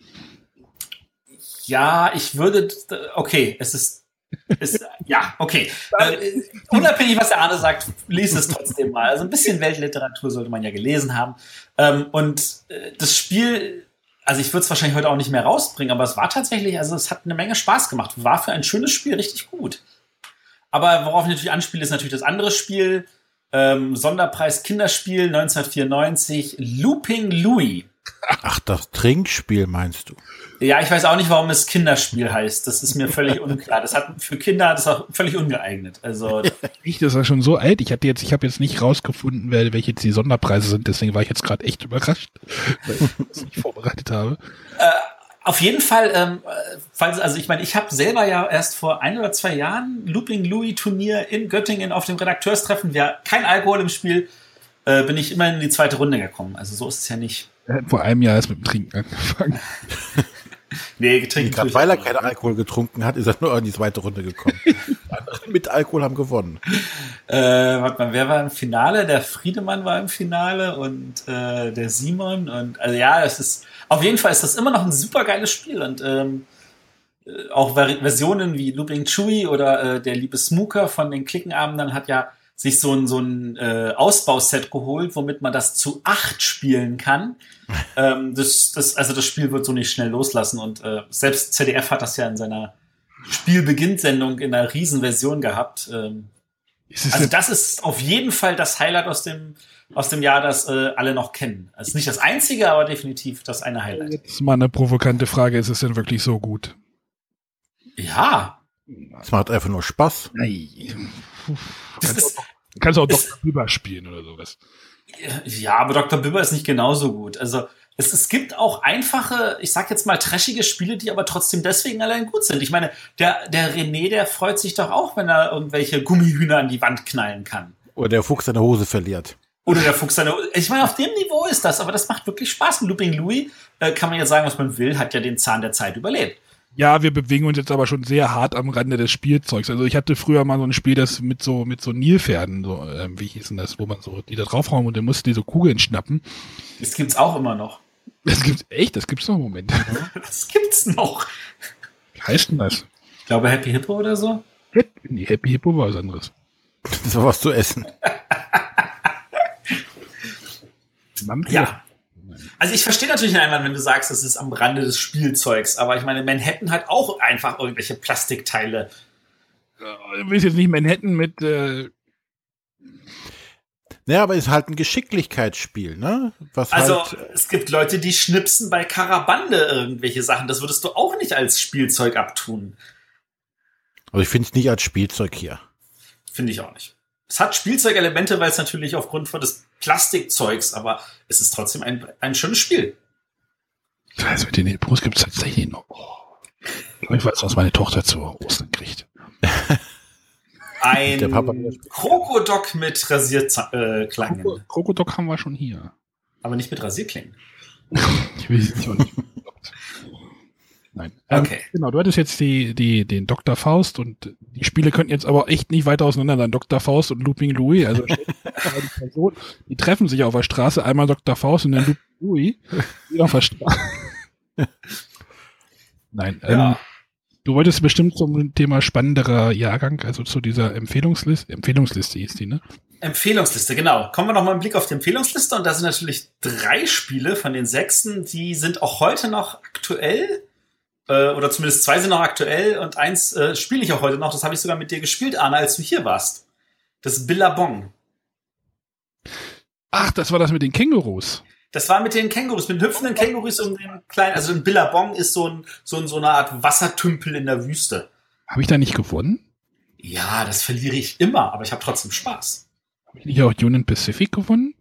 Ja, ich würde, okay, es ist, ist ja, okay. Äh, unabhängig, was der Arne sagt, liest es trotzdem mal. Also ein bisschen Weltliteratur sollte man ja gelesen haben. Ähm, und äh, das Spiel, also ich würde es wahrscheinlich heute auch nicht mehr rausbringen, aber es war tatsächlich, also es hat eine Menge Spaß gemacht. War für ein schönes Spiel richtig gut. Aber worauf ich natürlich anspiele, ist natürlich das andere Spiel, ähm, Sonderpreis Kinderspiel neunzehnhundertvierundneunzig, Looping Louie. Ach, das Trinkspiel meinst du? Ja, ich weiß auch nicht, warum es Kinderspiel heißt. Das ist mir völlig unklar. Das hat für Kinder das ist auch völlig ungeeignet. Also ich, das war schon so alt. Ich hatte jetzt, ich habe jetzt nicht rausgefunden, welche jetzt die Sonderpreise sind. Deswegen war ich jetzt gerade echt überrascht, weil ich das nicht vorbereitet habe. Äh, auf jeden Fall, ähm, falls, also ich meine, ich habe selber ja erst vor ein oder zwei Jahren Looping Louie Turnier in Göttingen auf dem Redakteurstreffen. Wir kein Alkohol im Spiel, äh, bin ich immer in die zweite Runde gekommen. Also so ist es ja nicht. Vor einem Jahr erst mit dem Trinken angefangen. Nee, getrunken. Gerade weil er keinen Alkohol getrunken hat, ist er nur in die zweite Runde gekommen. Andere mit Alkohol haben gewonnen. Äh, warte mal, wer war im Finale? Der Friedemann war im Finale und äh, der Simon. Und also ja, es ist auf jeden Fall ist das immer noch ein super geiles Spiel. Und ähm, auch Ver- Versionen wie Looping Chewie oder äh, der liebe Smooker von den Klickenabenden hat ja sich so ein, so ein äh, Ausbauset geholt, womit man das zu acht spielen kann. ähm, das, das, also das Spiel wird so nicht schnell loslassen. Und äh, selbst Z D F hat das ja in seiner Spielbeginnsendung in einer Riesenversion gehabt. Ähm, also das ist auf jeden Fall das Highlight aus dem aus dem Jahr, das äh, alle noch kennen. Also nicht das einzige, aber definitiv das eine Highlight. Jetzt mal eine provokante Frage, ist es denn wirklich so gut? Ja. Es macht einfach nur Spaß. Nein. Das Kannst, ist, auch, kannst auch Doktor Bibber spielen oder sowas. Ja, aber Doktor Bibber ist nicht genauso gut. Also es, es gibt auch einfache, ich sag jetzt mal trashige Spiele, die aber trotzdem deswegen allein gut sind. Ich meine, der, der René, der freut sich doch auch, wenn er irgendwelche Gummihühner an die Wand knallen kann. Oder der Fuchs seine Hose verliert. Oder der Fuchs seine Hose. Ich meine, auf dem Niveau ist das, aber das macht wirklich Spaß. Und Looping Louis, äh, kann man ja sagen, was man will, hat ja den Zahn der Zeit überlebt. Ja, wir bewegen uns jetzt aber schon sehr hart am Rande des Spielzeugs. Also ich hatte früher mal so ein Spiel, das mit so mit so Nilpferden, so ähm, wie hieß denn das, wo man so die da draufhauen und dann musste die so Kugeln schnappen. Das gibt's auch immer noch. Das gibt's echt, das gibt's noch im Moment. Das gibt's noch. Wie heißt denn das? Ich glaube Happy Hippo oder so. Happy, nee, Happy Hippo war was anderes. Das war was zu essen. Ja. Also ich verstehe natürlich den Einwand, wenn du sagst, das ist am Rande des Spielzeugs, aber ich meine, Manhattan hat auch einfach irgendwelche Plastikteile. Du willst jetzt nicht Manhattan mit äh Naja, aber ist halt ein Geschicklichkeitsspiel, ne? Was also halt es gibt Leute, die schnipsen bei Karabande irgendwelche Sachen. Das würdest du auch nicht als Spielzeug abtun. Also ich finde es nicht als Spielzeug hier. Finde ich auch nicht. Es hat Spielzeugelemente, weil es natürlich aufgrund von des Plastikzeugs, aber es ist trotzdem ein, ein schönes Spiel. Also mit den Hilpros gibt es tatsächlich noch. Oh. Ich weiß, was meine Tochter zu Ostern kriegt. Ein Der Papa- Krokodok mit Rasierklängen. Kroko- Krokodok haben wir schon hier. Aber nicht mit Rasierklängen. Ich will es nicht. Nein. Okay. Ähm, genau, du hattest jetzt die, die, den Doktor Faust und die Spiele könnten jetzt aber echt nicht weiter auseinander sein. Doktor Faust und Looping Louis. Also die, Person, die treffen sich auf der Straße, einmal Doktor Faust und dann Looping Louis. Die auf der Straße. Nein. Ja. Ähm, du wolltest bestimmt zum Thema spannenderer Jahrgang, also zu dieser Empfehlungsliste. Empfehlungsliste hieß die, ne? Empfehlungsliste, genau. Kommen wir noch mal einen Blick auf die Empfehlungsliste. Und da sind natürlich drei Spiele von den sechsten, die sind auch heute noch aktuell. Äh, oder zumindest zwei sind noch aktuell. Und eins äh, spiele ich auch heute noch. Das habe ich sogar mit dir gespielt, Arne, als du hier warst. Das ist Billabong. Ach, das war das mit den Kängurus. Das war mit den Kängurus, mit den hüpfenden Kängurus und den kleinen. Also ein Billabong ist so, ein, so, ein, so eine Art Wassertümpel in der Wüste. Habe ich da nicht gewonnen? Ja, das verliere ich immer, aber ich habe trotzdem Spaß. Habe ich nicht auch Union Pacific gewonnen?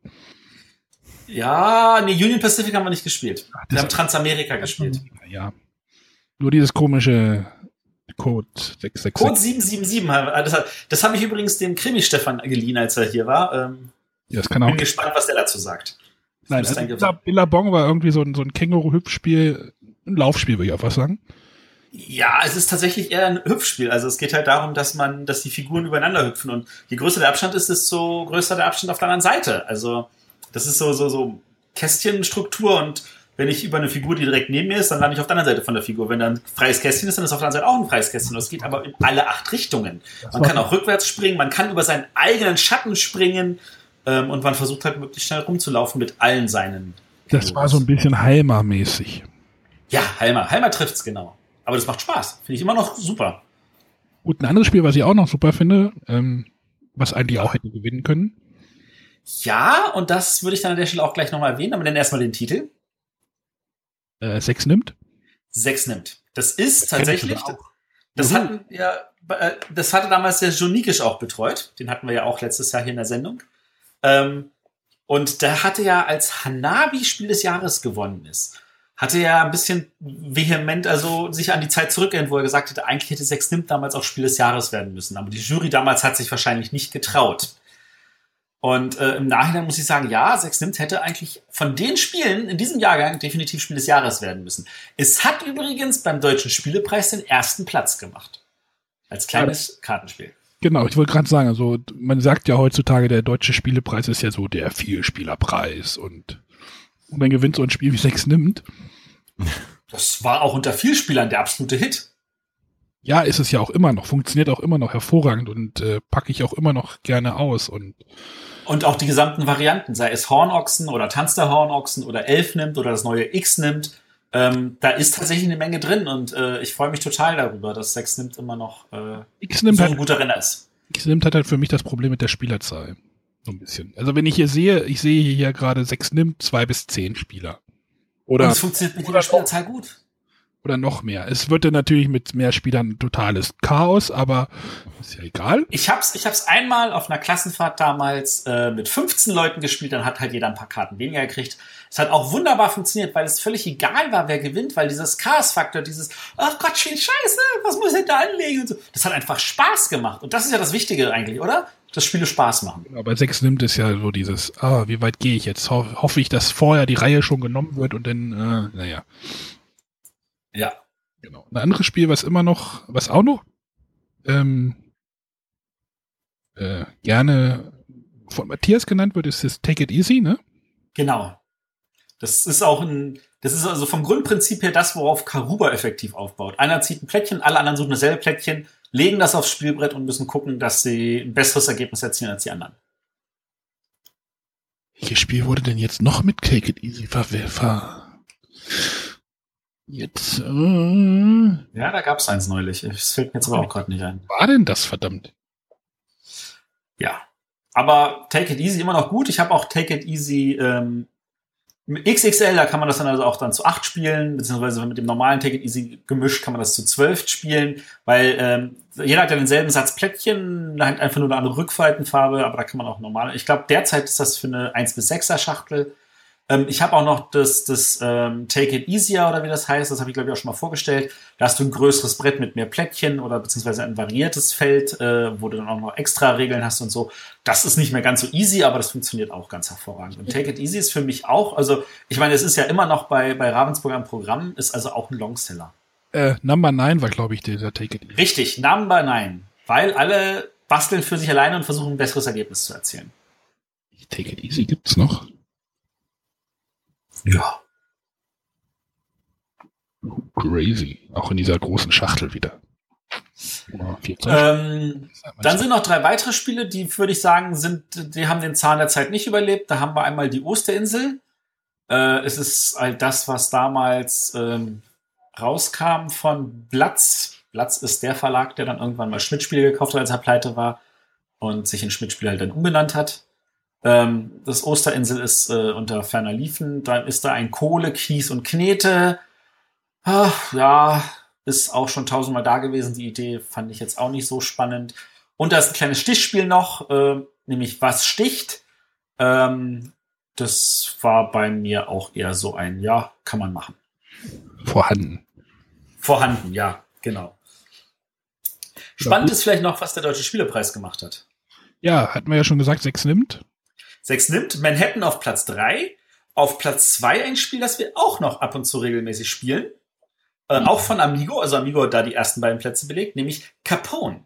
Ja, nee, Union Pacific haben wir nicht gespielt. Ach, Wir haben Transamerika gespielt. Ja. Nur dieses komische Code sechs sechs sechs. Code sieben sieben sieben. Das, das habe ich übrigens dem Krimi-Stefan geliehen, als er hier war. Ähm, Ja, das kann auch. bin gespannt, was der dazu sagt. Nein, Das also ist ein Billabong war irgendwie so ein, so ein Känguru-Hüpfspiel, ein Laufspiel, würde ich auch was sagen. Ja, es ist tatsächlich eher ein Hüpfspiel. Also es geht halt darum, dass man, dass die Figuren übereinander hüpfen und je größer der Abstand ist, desto größer der Abstand auf der anderen Seite. Also das ist so so so Kästchenstruktur und wenn ich über eine Figur, die direkt neben mir ist, dann lande ich auf der anderen Seite von der Figur. Wenn da ein freies Kästchen ist, dann ist auf der anderen Seite auch ein freies Kästchen. Das geht aber in alle acht Richtungen. Man kann auch rückwärts springen, man kann über seinen eigenen Schatten springen ähm, und man versucht halt möglichst schnell rumzulaufen mit allen seinen Das Figuren. war so ein bisschen Halma-mäßig. Ja, Halma. Halma trifft's genau. Aber das macht Spaß. Finde ich immer noch super. Gut, ein anderes Spiel, was ich auch noch super finde, ähm, was eigentlich auch hätte gewinnen können. Ja, und das würde ich dann an der Stelle auch gleich nochmal erwähnen, aber dann erstmal den Titel. Äh, sechs nimmt. Sechs nimmt. Das ist Das kenn ich tatsächlich, sogar auch. das Juhu. hatten ja, äh, das hatte damals der Jonikisch auch betreut. Den hatten wir ja auch letztes Jahr hier in der Sendung. Ähm, und der hatte ja, als Hanabi Spiel des Jahres gewonnen ist, hatte ja ein bisschen vehement, also sich an die Zeit zurückerinnert, wo er gesagt hätte, eigentlich hätte Sechs nimmt damals auch Spiel des Jahres werden müssen. Aber die Jury damals hat sich wahrscheinlich nicht getraut. Und äh, im Nachhinein muss ich sagen, ja, Sechs nimmt hätte eigentlich von den Spielen in diesem Jahrgang definitiv Spiel des Jahres werden müssen. Es hat übrigens beim Deutschen Spielepreis den ersten Platz gemacht. Als kleines Kartenspiel. Genau, ich wollte gerade sagen, also man sagt ja heutzutage, der Deutsche Spielepreis ist ja so der Vielspielerpreis und, und dann gewinnt so ein Spiel wie Sechs nimmt. Das war auch unter Vielspielern der absolute Hit. ja, ist es ja auch immer noch, funktioniert auch immer noch hervorragend und äh, packe ich auch immer noch gerne aus. Und Und auch die gesamten Varianten, sei es Hornochsen oder Tanz der Hornochsen oder Elf nimmt oder das neue X nimmt, ähm, da ist tatsächlich eine Menge drin und äh, ich freue mich total darüber, dass sechs nimmt immer noch äh, X nimmt so ein halt, guter Renner ist. X nimmt hat halt für mich das Problem mit der Spielerzahl. So ein bisschen. Also wenn ich hier sehe, ich sehe hier gerade sechs nimmt, zwei bis zehn Spieler. Oder, und es funktioniert mit jeder Spielerzahl gut. Oder noch mehr. Es wird dann natürlich mit mehr Spielern ein totales Chaos, aber ist ja egal. Ich hab's, ich hab's einmal auf einer Klassenfahrt damals äh, mit fünfzehn Leuten gespielt, dann hat halt jeder ein paar Karten weniger gekriegt. Es hat auch wunderbar funktioniert, weil es völlig egal war, wer gewinnt, weil dieses Chaos-Faktor, dieses, ach Gott, schön Scheiße, was muss ich da anlegen und so, das hat einfach Spaß gemacht. Und das ist ja das Wichtige eigentlich, oder? Dass Spiele Spaß machen. Genau, bei sechs nimmt es ja so dieses, ah, wie weit gehe ich jetzt? Ho- hoffe ich, dass vorher die Reihe schon genommen wird und dann, äh, naja. Ja. Genau. Ein anderes Spiel, was immer noch, was auch noch ähm, äh, gerne von Matthias genannt wird, ist das Take It Easy, ne? Genau. Das ist auch ein, das ist also vom Grundprinzip her das, worauf Karuba effektiv aufbaut. Einer zieht ein Plättchen, alle anderen suchen dasselbe Plättchen, legen das aufs Spielbrett und müssen gucken, dass sie ein besseres Ergebnis erzielen als die anderen. Welches Spiel wurde denn jetzt noch mit Take It Easy ver... ver jetzt, äh, Ja, da gab's eins neulich. Es fällt mir jetzt aber auch gerade nicht ein. war denn das, verdammt? Ja. Aber Take It Easy immer noch gut. Ich habe auch Take It Easy ähm, X X L, da kann man das dann also auch dann zu acht spielen, beziehungsweise mit dem normalen Take It Easy gemischt kann man das zu zwölf spielen, weil ähm, jeder hat ja denselben Satz Plättchen, da hat einfach nur eine andere Rückseitenfarbe, aber da kann man auch normal. Ich glaube, derzeit ist das für eine eins bis sechser Schachtel. Ähm, ich habe auch noch das, das ähm, Take It Easier oder wie das heißt, das habe ich glaube ich auch schon mal vorgestellt. Da hast du ein größeres Brett mit mehr Plättchen oder beziehungsweise ein variiertes Feld, äh, wo du dann auch noch extra Regeln hast und so. Das ist nicht mehr ganz so easy, aber das funktioniert auch ganz hervorragend. Und Take It Easy ist für mich auch, also ich meine, es ist ja immer noch bei, bei Ravensburger im Programm, ist also auch ein Longseller. Äh, Number Nine war, glaube ich, dieser Take It Easy. Richtig, Number Nine. Weil alle basteln für sich alleine und versuchen ein besseres Ergebnis zu erzielen. Take It Easy gibt's noch? Ja. Crazy. Auch in dieser großen Schachtel wieder. Oh, ähm, dann sind noch drei weitere Spiele, die würde ich sagen, sind, die haben den Zahn der Zeit nicht überlebt. Da haben wir einmal die Osterinsel. Äh, es ist halt das, was damals ähm, rauskam von Blatz. Blatz ist der Verlag, der dann irgendwann mal Schmidt-Spiele gekauft hat, als er pleite war und sich in Schmidt-Spiele halt dann umbenannt hat. Ähm, das Osterinsel ist äh, unter ferner Liefen. Dann ist da ein Kohle, Kies und Knete. Ach, ja, ist auch schon tausendmal da gewesen. Die Idee fand ich jetzt auch nicht so spannend. Und da ist ein kleines Stichspiel noch, äh, nämlich Was sticht. Ähm, das war bei mir auch eher so ein, ja, kann man machen. Vorhanden. Vorhanden, ja, genau. Spannend ist vielleicht noch, was der Deutsche Spielepreis gemacht hat. Ja, hatten wir ja schon gesagt, sechs nimmt. Sechs nimmt. Manhattan auf Platz drei. Auf Platz zwei ein Spiel, das wir auch noch ab und zu regelmäßig spielen. Äh, mhm. Auch von Amigo. Also Amigo hat da die ersten beiden Plätze belegt, nämlich Capone.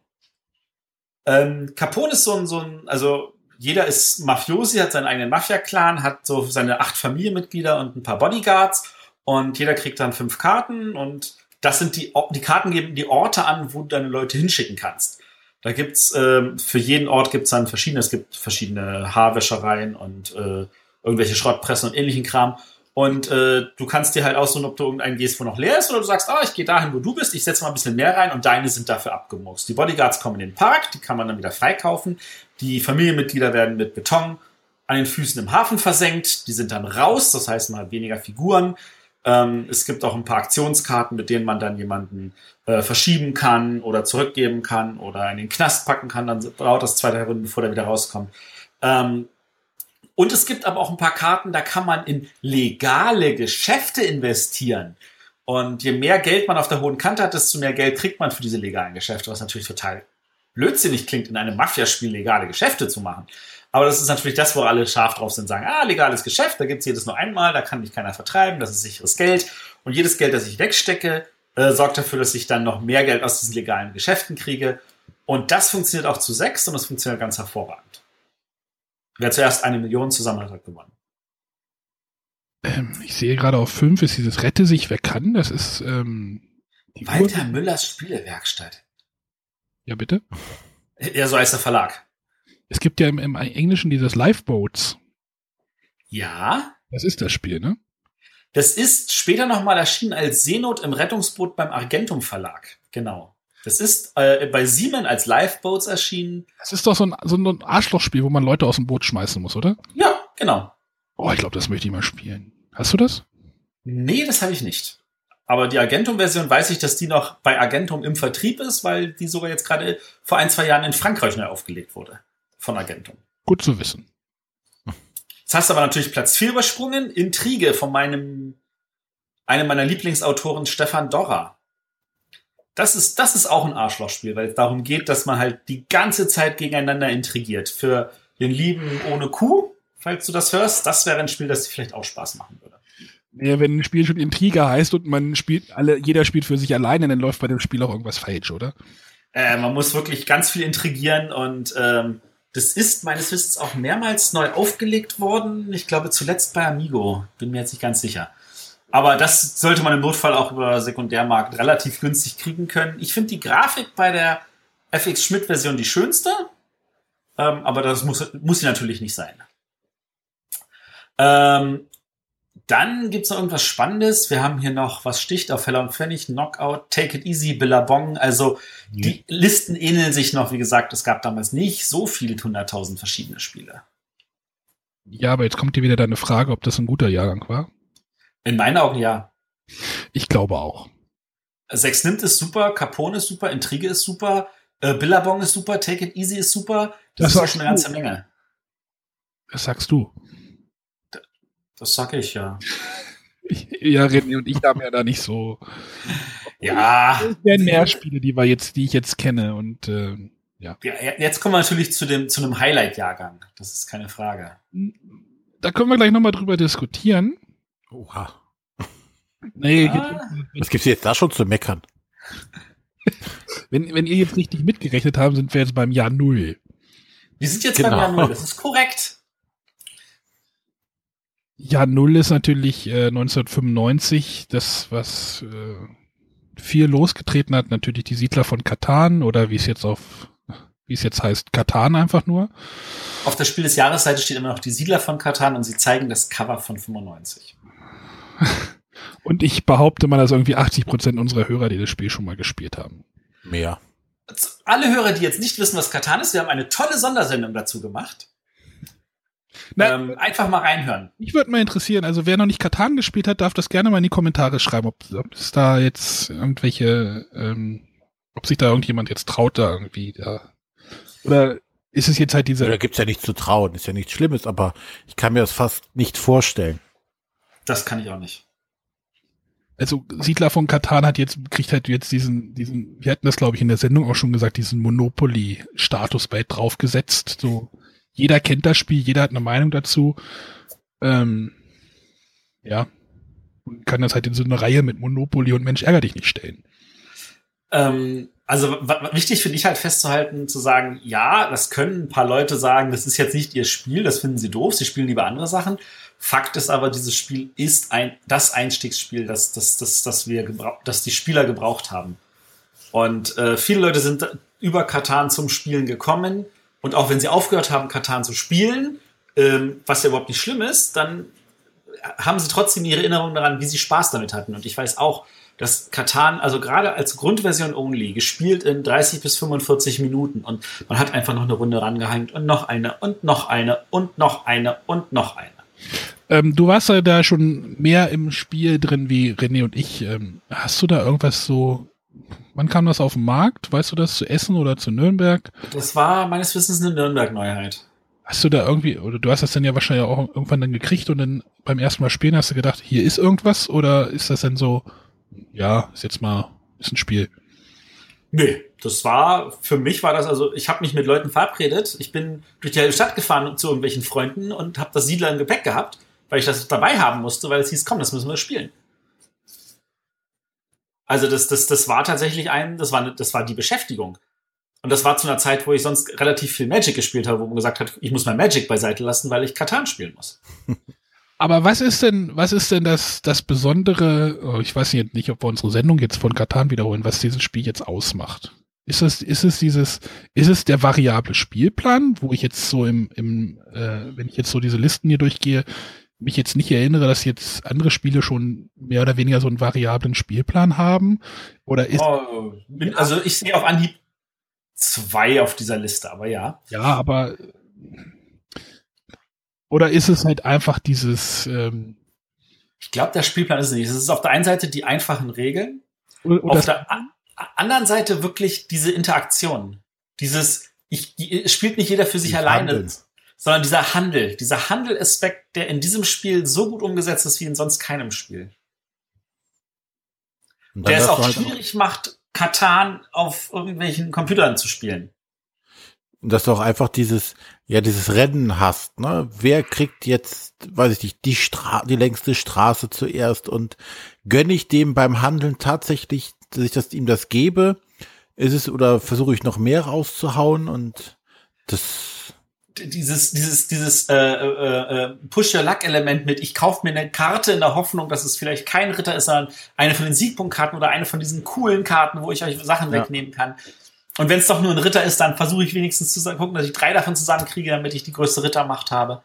Ähm, Capone ist so ein, so ein, also jeder ist Mafiosi, hat seinen eigenen Mafia-Clan, hat so seine acht Familienmitglieder und ein paar Bodyguards und jeder kriegt dann fünf Karten und das sind die, die Karten geben die Orte an, wo du deine Leute hinschicken kannst. Da gibt's ähm, für jeden Ort gibt's dann verschiedene, es gibt verschiedene Haarwäschereien und äh, irgendwelche Schrottpressen und ähnlichen Kram. Und äh, du kannst dir halt aussuchen, ob du irgendeinen gehst, wo noch leer ist, oder du sagst, ah, ich gehe dahin, wo du bist, ich setze mal ein bisschen mehr rein und deine sind dafür abgemurkst. Die Bodyguards kommen in den Park, die kann man dann wieder freikaufen. Die Familienmitglieder werden mit Beton an den Füßen im Hafen versenkt, die sind dann raus, das heißt man hat weniger Figuren. Ähm, es gibt auch ein paar Aktionskarten, mit denen man dann jemanden äh, verschieben kann oder zurückgeben kann oder in den Knast packen kann, dann dauert das zwei, drei Runden, bevor der wieder rauskommt. Ähm, Und es gibt aber auch ein paar Karten, da kann man in legale Geschäfte investieren. Und je mehr Geld man auf der hohen Kante hat, desto mehr Geld kriegt man für diese legalen Geschäfte, was natürlich total blödsinnig klingt, in einem Mafia-Spiel legale Geschäfte zu machen. Aber das ist natürlich das, wo alle scharf drauf sind, sagen, ah, legales Geschäft, da gibt's jedes nur einmal, da kann mich keiner vertreiben, das ist sicheres Geld. Und jedes Geld, das ich wegstecke, äh, sorgt dafür, dass ich dann noch mehr Geld aus diesen legalen Geschäften kriege. Und das funktioniert auch zu sechs und das funktioniert ganz hervorragend. Wer zuerst eine Million zusammen hat, hat gewonnen. Ähm, ich sehe gerade auf fünf ist dieses Rette sich, wer kann. Das ist, ähm, Walter Müllers Spielewerkstatt. Ja, bitte? Ja, so heißt der Verlag. Es gibt ja im, im Englischen dieses Lifeboats. Ja. Das ist das Spiel, ne? Das ist später nochmal erschienen als Seenot im Rettungsboot beim Argentum Verlag. Genau. Das ist äh, bei Simon als Lifeboats erschienen. Das ist doch so ein, so ein Arschlochspiel, wo man Leute aus dem Boot schmeißen muss, oder? Ja, genau. Oh, ich glaube, das möchte ich mal spielen. Hast du das? Nee, das habe ich nicht. Aber die Argentum-Version weiß ich, dass die noch bei Argentum im Vertrieb ist, weil die sogar jetzt gerade vor ein, zwei Jahren in Frankreich neu aufgelegt wurde. Von Argentum. Gut zu wissen. Jetzt hast du aber natürlich Platz vier übersprungen. Intrige von meinem, einem meiner Lieblingsautoren, Stefan Dorra. Das ist, das ist auch ein Arschlochspiel, weil es darum geht, dass man halt die ganze Zeit gegeneinander intrigiert. Für den Lieben ohne Kuh, falls du das hörst, das wäre ein Spiel, das dir vielleicht auch Spaß machen würde. Ja, wenn ein Spiel schon Intriga heißt und man spielt alle, jeder spielt für sich alleine, dann läuft bei dem Spiel auch irgendwas falsch, oder? Äh, man muss wirklich ganz viel intrigieren und ähm, das ist meines Wissens auch mehrmals neu aufgelegt worden. Ich glaube zuletzt bei Amigo, bin mir jetzt nicht ganz sicher. Aber das sollte man im Notfall auch über Sekundärmarkt relativ günstig kriegen können. Ich finde die Grafik bei der F X Schmidt-Version die schönste, ähm, aber das muss, muss sie natürlich nicht sein. Ähm, dann gibt's noch irgendwas Spannendes. Wir haben hier noch, was sticht auf Heller und Pfennig, Knockout, Take It Easy, Billabong. Also mhm. die Listen ähneln sich noch. Wie gesagt, es gab damals nicht so viele hunderttausend verschiedene Spiele. Ja, aber jetzt kommt dir wieder deine Frage, ob das ein guter Jahrgang war. In meinen Augen ja. Ich glaube auch. Sechs nimmt ist super, Capone ist super, Intrige ist super, äh, Billabong ist super, Take It Easy ist super. Das, das ist auch schon eine ganze Menge. Das sagst du. Das, das sag ich, ja. Ja, René und ich haben ja da nicht so. Ja. Es werden mehr Spiele, die wir jetzt, die ich jetzt kenne und äh, ja. ja. Jetzt kommen wir natürlich zu dem zu einem Highlight-Jahrgang. Das ist keine Frage. Da können wir gleich nochmal drüber diskutieren. Oha. Nee, ah. Was gibt's jetzt da schon zu meckern? Wenn, wenn ihr jetzt richtig mitgerechnet habt, sind wir jetzt beim Jahr Null. Wir sind jetzt genau. beim Jahr Null, das ist korrekt. Jahr Null ist natürlich äh, neunzehnhundertfünfundneunzig, das, was äh, viel losgetreten hat, natürlich die Siedler von Catan oder wie es jetzt auf, wie es jetzt heißt, Catan einfach nur. Auf der Spiel des Jahresseite steht immer noch die Siedler von Catan und sie zeigen das Cover von fünfundneunzig. Und ich behaupte mal, dass irgendwie achtzig Prozent unserer Hörer, die das Spiel schon mal gespielt haben. Mehr. Alle Hörer, die jetzt nicht wissen, was Catan ist, wir haben eine tolle Sondersendung dazu gemacht. Na, ähm, einfach mal reinhören. Mich würde mal interessieren, also wer noch nicht Catan gespielt hat, darf das gerne mal in die Kommentare schreiben, ob, ob es da jetzt irgendwelche, ähm, ob sich da irgendjemand jetzt traut, da irgendwie da. Oder ist es jetzt halt diese... Da gibt's ja nichts zu trauen, ist ja nichts Schlimmes, aber ich kann mir das fast nicht vorstellen. Das kann ich auch nicht. Also Siedler von Catan hat jetzt, kriegt halt jetzt diesen, diesen, wir hatten das glaube ich in der Sendung auch schon gesagt, diesen Monopoly-Status bei draufgesetzt. So, jeder kennt das Spiel, jeder hat eine Meinung dazu. Ähm, ja. Und kann das halt in so eine Reihe mit Monopoly und Mensch ärger dich nicht stellen. Ähm, also w- wichtig finde ich halt festzuhalten, zu sagen, ja, das können ein paar Leute sagen, das ist jetzt nicht ihr Spiel, das finden sie doof, sie spielen lieber andere Sachen. Fakt ist aber, dieses Spiel ist ein das Einstiegsspiel, das, das, das, das wir gebrauch, das die Spieler gebraucht haben. Und äh, viele Leute sind über Catan zum Spielen gekommen. Und auch wenn sie aufgehört haben, Catan zu spielen, ähm, was ja überhaupt nicht schlimm ist, dann haben sie trotzdem ihre Erinnerung daran, wie sie Spaß damit hatten. Und ich weiß auch, dass Catan, also gerade als Grundversion only, gespielt in dreißig bis fünfundvierzig Minuten. Und man hat einfach noch eine Runde rangehängt und noch eine und noch eine und noch eine und noch eine. Ähm, du warst ja da schon mehr im Spiel drin wie René und ich. Ähm, hast du da irgendwas so, wann kam das auf den Markt? Weißt du das, zu Essen oder zu Nürnberg? Das war meines Wissens eine Nürnberg-Neuheit. Hast du da irgendwie, oder du hast das dann ja wahrscheinlich auch irgendwann dann gekriegt und dann beim ersten Mal spielen hast du gedacht, hier ist irgendwas? Oder ist das dann so, ja, ist jetzt mal, ist ein Spiel? Nee, das war, für mich war das, also ich habe mich mit Leuten verabredet, ich bin durch die halbe Stadt gefahren zu irgendwelchen Freunden und habe das Siedler im Gepäck gehabt, weil ich das dabei haben musste, weil es hieß, komm, das müssen wir spielen. Also das, das, das war tatsächlich ein, das war, das war die Beschäftigung. Und das war zu einer Zeit, wo ich sonst relativ viel Magic gespielt habe, wo man gesagt hat, ich muss mein Magic beiseite lassen, weil ich Catan spielen muss. Aber was ist denn, was ist denn das, das Besondere, oh, ich weiß nicht, ob wir unsere Sendung jetzt von Catan wiederholen, was dieses Spiel jetzt ausmacht? Ist es, ist es dieses, ist es der variable Spielplan, wo ich jetzt so im, im, äh, wenn ich jetzt so diese Listen hier durchgehe, mich jetzt nicht erinnere, dass jetzt andere Spiele schon mehr oder weniger so einen variablen Spielplan haben? Oder ist, oh, also ich sehe auf Anhieb zwei auf dieser Liste, aber ja. Ja, aber oder ist es halt einfach dieses ähm, ich glaube, der Spielplan ist es nicht. Es ist auf der einen Seite die einfachen Regeln, oder, oder auf der a- anderen Seite wirklich diese Interaktion. Dieses, ich, die, es spielt nicht jeder für sich Dieses alleine, Handeln. sondern dieser Handel, dieser Handelaspekt, der in diesem Spiel so gut umgesetzt ist wie in sonst keinem Spiel. Und dann Der es darfst auch du halt schwierig macht, Catan auf irgendwelchen Computern zu spielen. dass du auch einfach dieses, ja, dieses Rennen hast, ne? Wer kriegt jetzt, weiß ich nicht, die Stra- die längste Straße zuerst und gönne ich dem beim Handeln tatsächlich, dass ich das, ihm das gebe? Ist es, oder versuche ich noch mehr rauszuhauen und das, Dieses, dieses, dieses äh, äh, äh, Push-Your-Luck-Element mit, ich kaufe mir eine Karte in der Hoffnung, dass es vielleicht kein Ritter ist, sondern eine von den Siegpunktkarten oder eine von diesen coolen Karten, wo ich euch Sachen Ja. wegnehmen kann. Und wenn es doch nur ein Ritter ist, dann versuche ich wenigstens zu gucken, dass ich drei davon zusammenkriege, damit ich die größte Rittermacht habe.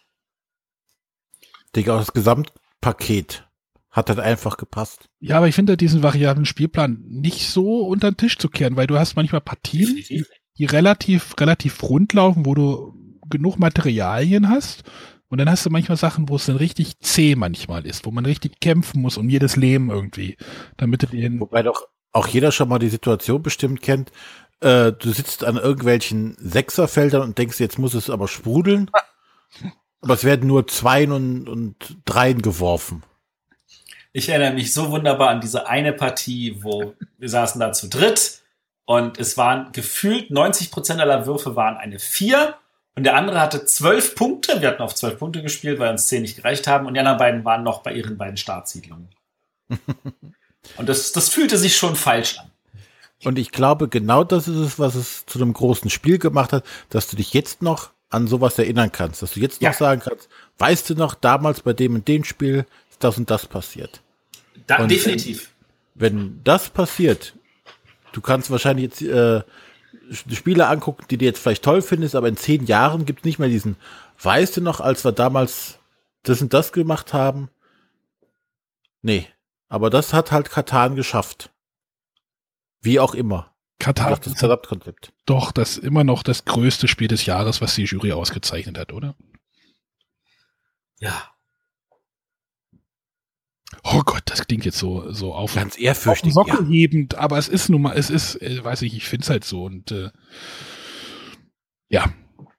ich denke auch das Gesamtpaket hat halt einfach gepasst. ja, aber ich finde diesen variablen Spielplan nicht so unter den Tisch zu kehren, weil du hast manchmal Partien, die, die relativ, relativ rund laufen, wo du genug Materialien hast. Und dann hast du manchmal Sachen, wo es dann richtig zäh manchmal ist, wo man richtig kämpfen muss um jedes Leben irgendwie, damit du den. Wobei doch auch jeder schon mal die Situation bestimmt kennt, äh, du sitzt an irgendwelchen Sechserfeldern und denkst, jetzt muss es aber sprudeln. Aber es werden nur Zweien und, und Dreien geworfen. Ich erinnere mich so wunderbar an diese eine Partie, wo wir saßen da zu dritt und es waren gefühlt neunzig Prozent aller Würfe waren eine vier und der andere hatte zwölf Punkte. Wir hatten auf zwölf Punkte gespielt, weil uns zehn nicht gereicht haben und die anderen beiden waren noch bei ihren beiden Startsiedlungen. Und das, das fühlte sich schon falsch an. Und ich glaube, genau das ist es, was es zu einem großen Spiel gemacht hat, dass du dich jetzt noch an sowas erinnern kannst, dass du jetzt noch Ja. sagen kannst, weißt du noch, damals bei dem und dem Spiel ist das und das passiert. Da, Und- definitiv. Wenn das passiert, du kannst wahrscheinlich jetzt äh, Spiele angucken, die du jetzt vielleicht toll findest, aber in zehn Jahren gibt es nicht mehr diesen, weißt du noch, als wir damals das und das gemacht haben? Nee, aber das hat halt Catan geschafft. Wie auch immer. Katar Das, das Gesamtkonzept. doch das immer noch das größte Spiel des Jahres, was die Jury ausgezeichnet hat, oder? Ja. Oh Gott, das klingt jetzt so so auf, Ganz auf den ehrfürchtig. Sockel Ja. hebend, aber es ist nun mal, es ist, äh, weiß ich, ich finde es halt so und äh, ja,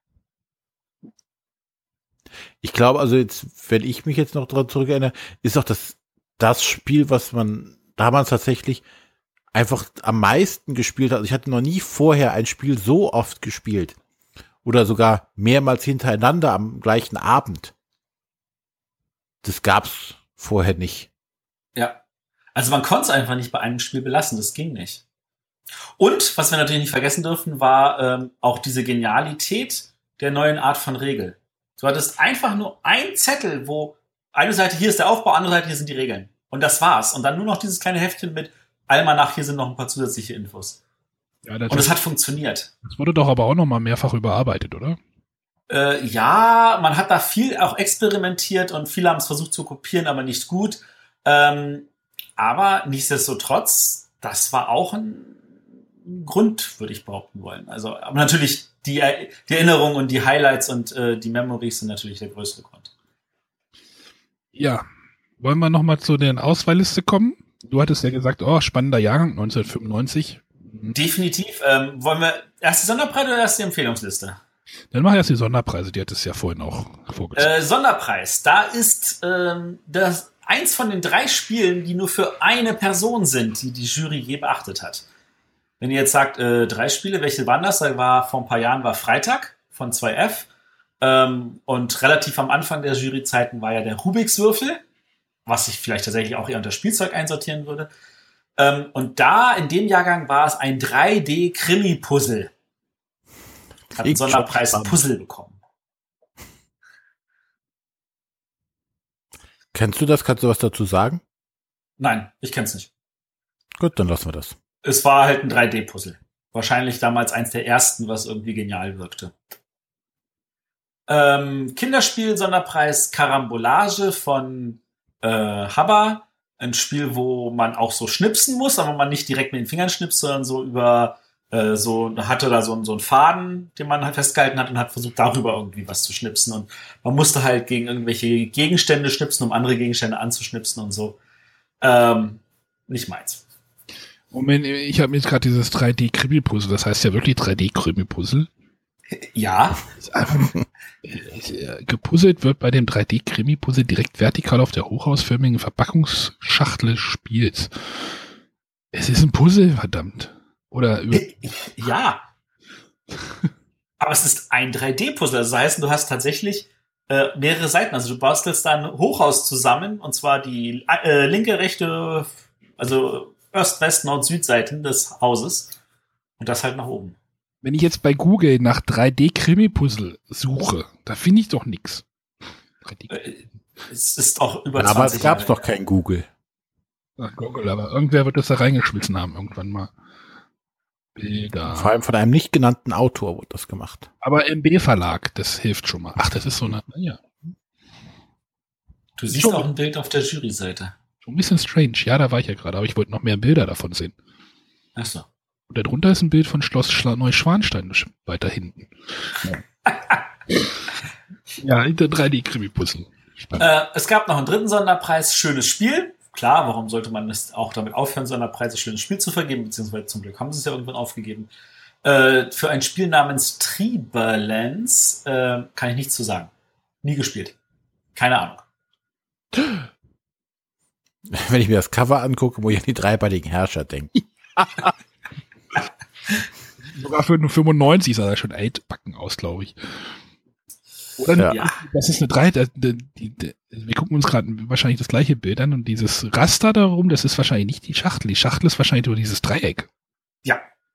Ich glaube, also jetzt, wenn ich mich jetzt noch dran zurückerinnere, ist auch das, das Spiel, was man damals tatsächlich einfach am meisten gespielt hat. Also ich hatte noch nie vorher ein Spiel so oft gespielt. Oder sogar mehrmals hintereinander am gleichen Abend. Das gab's vorher nicht. Ja. Also man konnte es einfach nicht bei einem Spiel belassen, das ging nicht. Und, was wir natürlich nicht vergessen dürfen, war ähm, auch diese Genialität der neuen Art von Regel. Du hattest einfach nur ein Zettel, wo eine Seite, hier ist der Aufbau, andere Seite, hier sind die Regeln. Und das war's. Und dann nur noch dieses kleine Heftchen mit Almanach, hier sind noch ein paar zusätzliche Infos. ja das, Und es hat funktioniert. das wurde doch aber auch noch mal mehrfach überarbeitet, oder? Äh, ja, man hat da viel auch experimentiert und viele haben es versucht zu kopieren, aber nicht gut. Ähm, aber nichtsdestotrotz, das war auch ein Grund, würde ich behaupten wollen. Also, aber natürlich die, Er- die Erinnerung und die Highlights und äh, die Memories sind natürlich der größte Grund. Ja. Wollen wir noch mal zu der Auswahlliste kommen? Du hattest ja gesagt, oh, spannender Jahrgang, neunzehnhundertfünfundneunzig. Definitiv. Ähm, wollen wir erst die Sonderpreise oder erst die Empfehlungsliste? Dann mach erst die Sonderpreise, die hat es ja vorhin auch vorgestellt. Äh, Sonderpreis. Da ist ähm, das eins von den drei Spielen, die nur für eine Person sind, die die Jury je beachtet hat. Wenn ihr jetzt sagt, äh, drei Spiele, welche waren das? Da war vor ein paar Jahren war Freitag von zwei F. Ähm, und relativ am Anfang der Juryzeiten war ja der Rubiks Würfel, was ich vielleicht tatsächlich auch eher unter Spielzeug einsortieren würde. Ähm, und da, in dem Jahrgang, war es ein drei D-Krimi-Puzzle. Hat einen Klingt schon Sonderpreis spannend. Puzzle bekommen. Kennst du das? Kannst du was dazu sagen? Nein, ich kenn's nicht. Gut, dann lassen wir das. Es war halt ein drei D-Puzzle. Wahrscheinlich damals eins der ersten, was irgendwie genial wirkte. Ähm, Kinderspiel-Sonderpreis Karambolage von äh, Habba. Ein Spiel, wo man auch so schnipsen muss, aber man nicht direkt mit den Fingern schnipst, sondern so über äh, so hatte da so, so einen Faden, den man halt festgehalten hat und hat versucht, darüber irgendwie was zu schnipsen. Und man musste halt gegen irgendwelche Gegenstände schnipsen, um andere Gegenstände anzuschnipsen und so. Ähm, nicht meins. Moment, ich habe mir jetzt gerade dieses drei D-Krimi-Puzzle, das heißt ja wirklich drei D-Krimi-Puzzle. Ja. Gepuzzelt wird bei dem drei D-Krimi-Puzzle direkt vertikal auf der hochausförmigen Verpackungsschachtel des Spiels. Es ist ein Puzzle, verdammt. Oder über ja. Aber es ist ein drei D-Puzzle. Das heißt, du hast tatsächlich äh, mehrere Seiten. Also du bastelst da ein Hochhaus zusammen, und zwar die äh, linke, rechte, also Ost, West, Nord, Südseiten des Hauses. Und das halt nach oben. Wenn ich jetzt bei Google nach drei D-Krimi-Puzzle suche, da finde ich doch nichts. Es ist auch über ja, zwanzig aber es gab Jahre doch kein Google. Ach, Google, aber irgendwer wird das da reingeschmissen haben irgendwann mal. Bilder. Vor allem von einem nicht genannten Autor wurde das gemacht. Aber M B-Verlag, das hilft schon mal. Ach, das ist so eine, naja. Du siehst schon auch ein Bild auf der Jury-Seite. Schon ein bisschen strange. Ja, da war ich ja gerade, aber ich wollte noch mehr Bilder davon sehen. Ach so. Und darunter ist ein Bild von Schloss Schla- Neuschwanstein weiter hinten. Ja, hinter drei D-Krimi-Puzzle. Äh, es gab noch einen dritten Sonderpreis, schönes Spiel. Klar, warum sollte man es auch damit aufhören, Sonderpreise schönes Spiel zu vergeben, beziehungsweise zum Glück haben sie es ja irgendwann aufgegeben. Äh, für ein Spiel namens Tree-Balance äh, kann ich nichts zu sagen. Nie gespielt. Keine Ahnung. Wenn ich mir das Cover angucke, muss ich an die dreibeinigen Herrscher denken. Sogar für fünfundneunzig sah er schon altbacken aus, glaube ich. Oder Ja. Das ist eine drei. Die, die, die, wir gucken uns gerade wahrscheinlich das gleiche Bild an und dieses Raster darum, das ist wahrscheinlich nicht die Schachtel. Die Schachtel ist wahrscheinlich nur dieses Dreieck. Ja.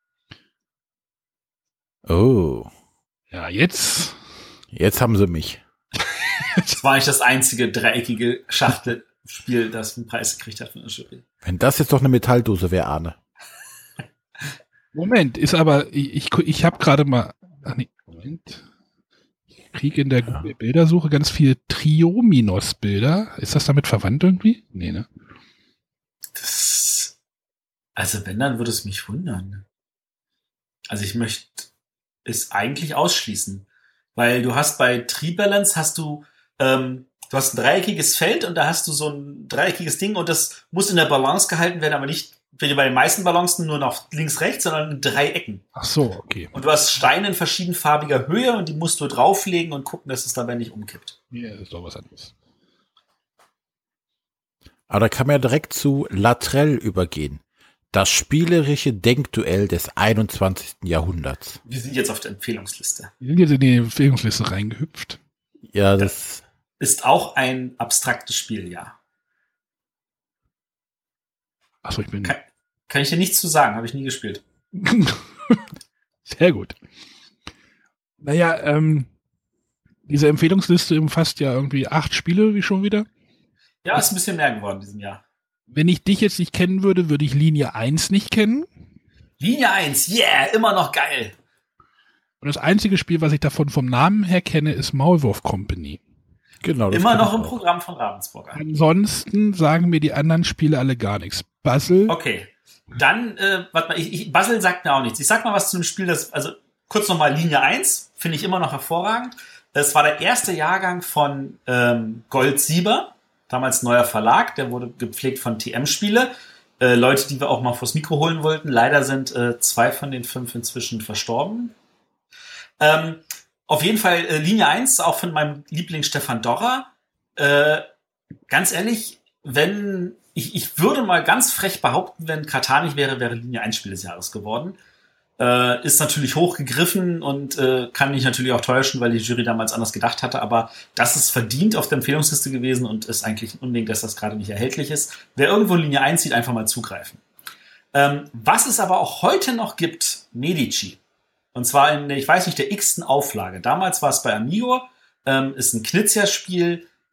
Oh. Ja, jetzt. Jetzt haben sie mich. Das war nicht das einzige dreieckige Schachtelspiel, das einen Preis gekriegt hat von der Jury. Wenn das jetzt doch eine Metalldose wäre, Arne. Moment, ist aber, ich, ich, ich habe gerade mal, ach nee, Moment. Ich kriege in der Google Bildersuche ganz viel Triominos-Bilder. Ist das damit verwandt irgendwie? Nee, ne? Das, also wenn, dann würde es mich wundern. Also ich möchte es eigentlich ausschließen. Weil du hast bei Tree Balance hast du, ähm, du hast ein dreieckiges Feld und da hast du so ein dreieckiges Ding und das muss in der Balance gehalten werden, aber nicht wie bei den meisten Balancen nur noch links, rechts, sondern in drei Ecken. Ach so, okay. Und du hast Steine in verschiedenfarbiger Höhe und die musst du drauflegen und gucken, dass es dabei nicht umkippt. Ja, das ist doch was anderes. Aber da kann man ja direkt zu Latrell übergehen. Das spielerische Denkduell des einundzwanzigsten Jahrhunderts. Wir sind jetzt auf der Empfehlungsliste. Wir sind jetzt in die Empfehlungsliste reingehüpft. Ja, das Ist auch ein abstraktes Spiel, ja. Achso, ich bin... Kann, kann ich dir nichts zu sagen, habe ich nie gespielt. Sehr gut. Naja, ähm, diese Empfehlungsliste umfasst ja irgendwie acht Spiele, wie schon wieder. Ja, ist ein bisschen mehr geworden in diesem Jahr. Wenn ich dich jetzt nicht kennen würde, würde ich Linie eins nicht kennen. Linie eins, yeah, immer noch geil. Und das einzige Spiel, was ich davon vom Namen her kenne, ist Maulwurf Company. genau. Das Immer kann noch ich im auch. Programm von Ravensburger. Ansonsten sagen mir die anderen Spiele alle gar nichts. Puzzle. Okay, dann, äh, warte mal, ich, ich, Basel sagt mir auch nichts. Ich sag mal was zu einem Spiel, das, also kurz nochmal Linie eins, finde ich immer noch hervorragend. Es war der erste Jahrgang von ähm, Gold Sieber, damals neuer Verlag, der wurde gepflegt von T M-Spiele. Äh, Leute, die wir auch mal vors Mikro holen wollten. Leider sind äh, zwei von den fünf inzwischen verstorben. Ähm, auf jeden Fall äh, Linie eins, auch von meinem Liebling Stefan Dorrer. Äh, ganz ehrlich, wenn ich, ich würde mal ganz frech behaupten, wenn Katar nicht wäre, wäre Linie eins Spiel des Jahres geworden. Äh, ist natürlich hochgegriffen und äh, kann mich natürlich auch täuschen, weil die Jury damals anders gedacht hatte, aber das ist verdient auf der Empfehlungsliste gewesen und ist eigentlich ein Unding, dass das gerade nicht erhältlich ist. Wer irgendwo Linie eins sieht, einfach mal zugreifen. Ähm, was es aber auch heute noch gibt, Medici. Und zwar in, ich weiß nicht, der x-ten Auflage. Damals war es bei Amigo, ähm, ist ein Knizia-Spiel,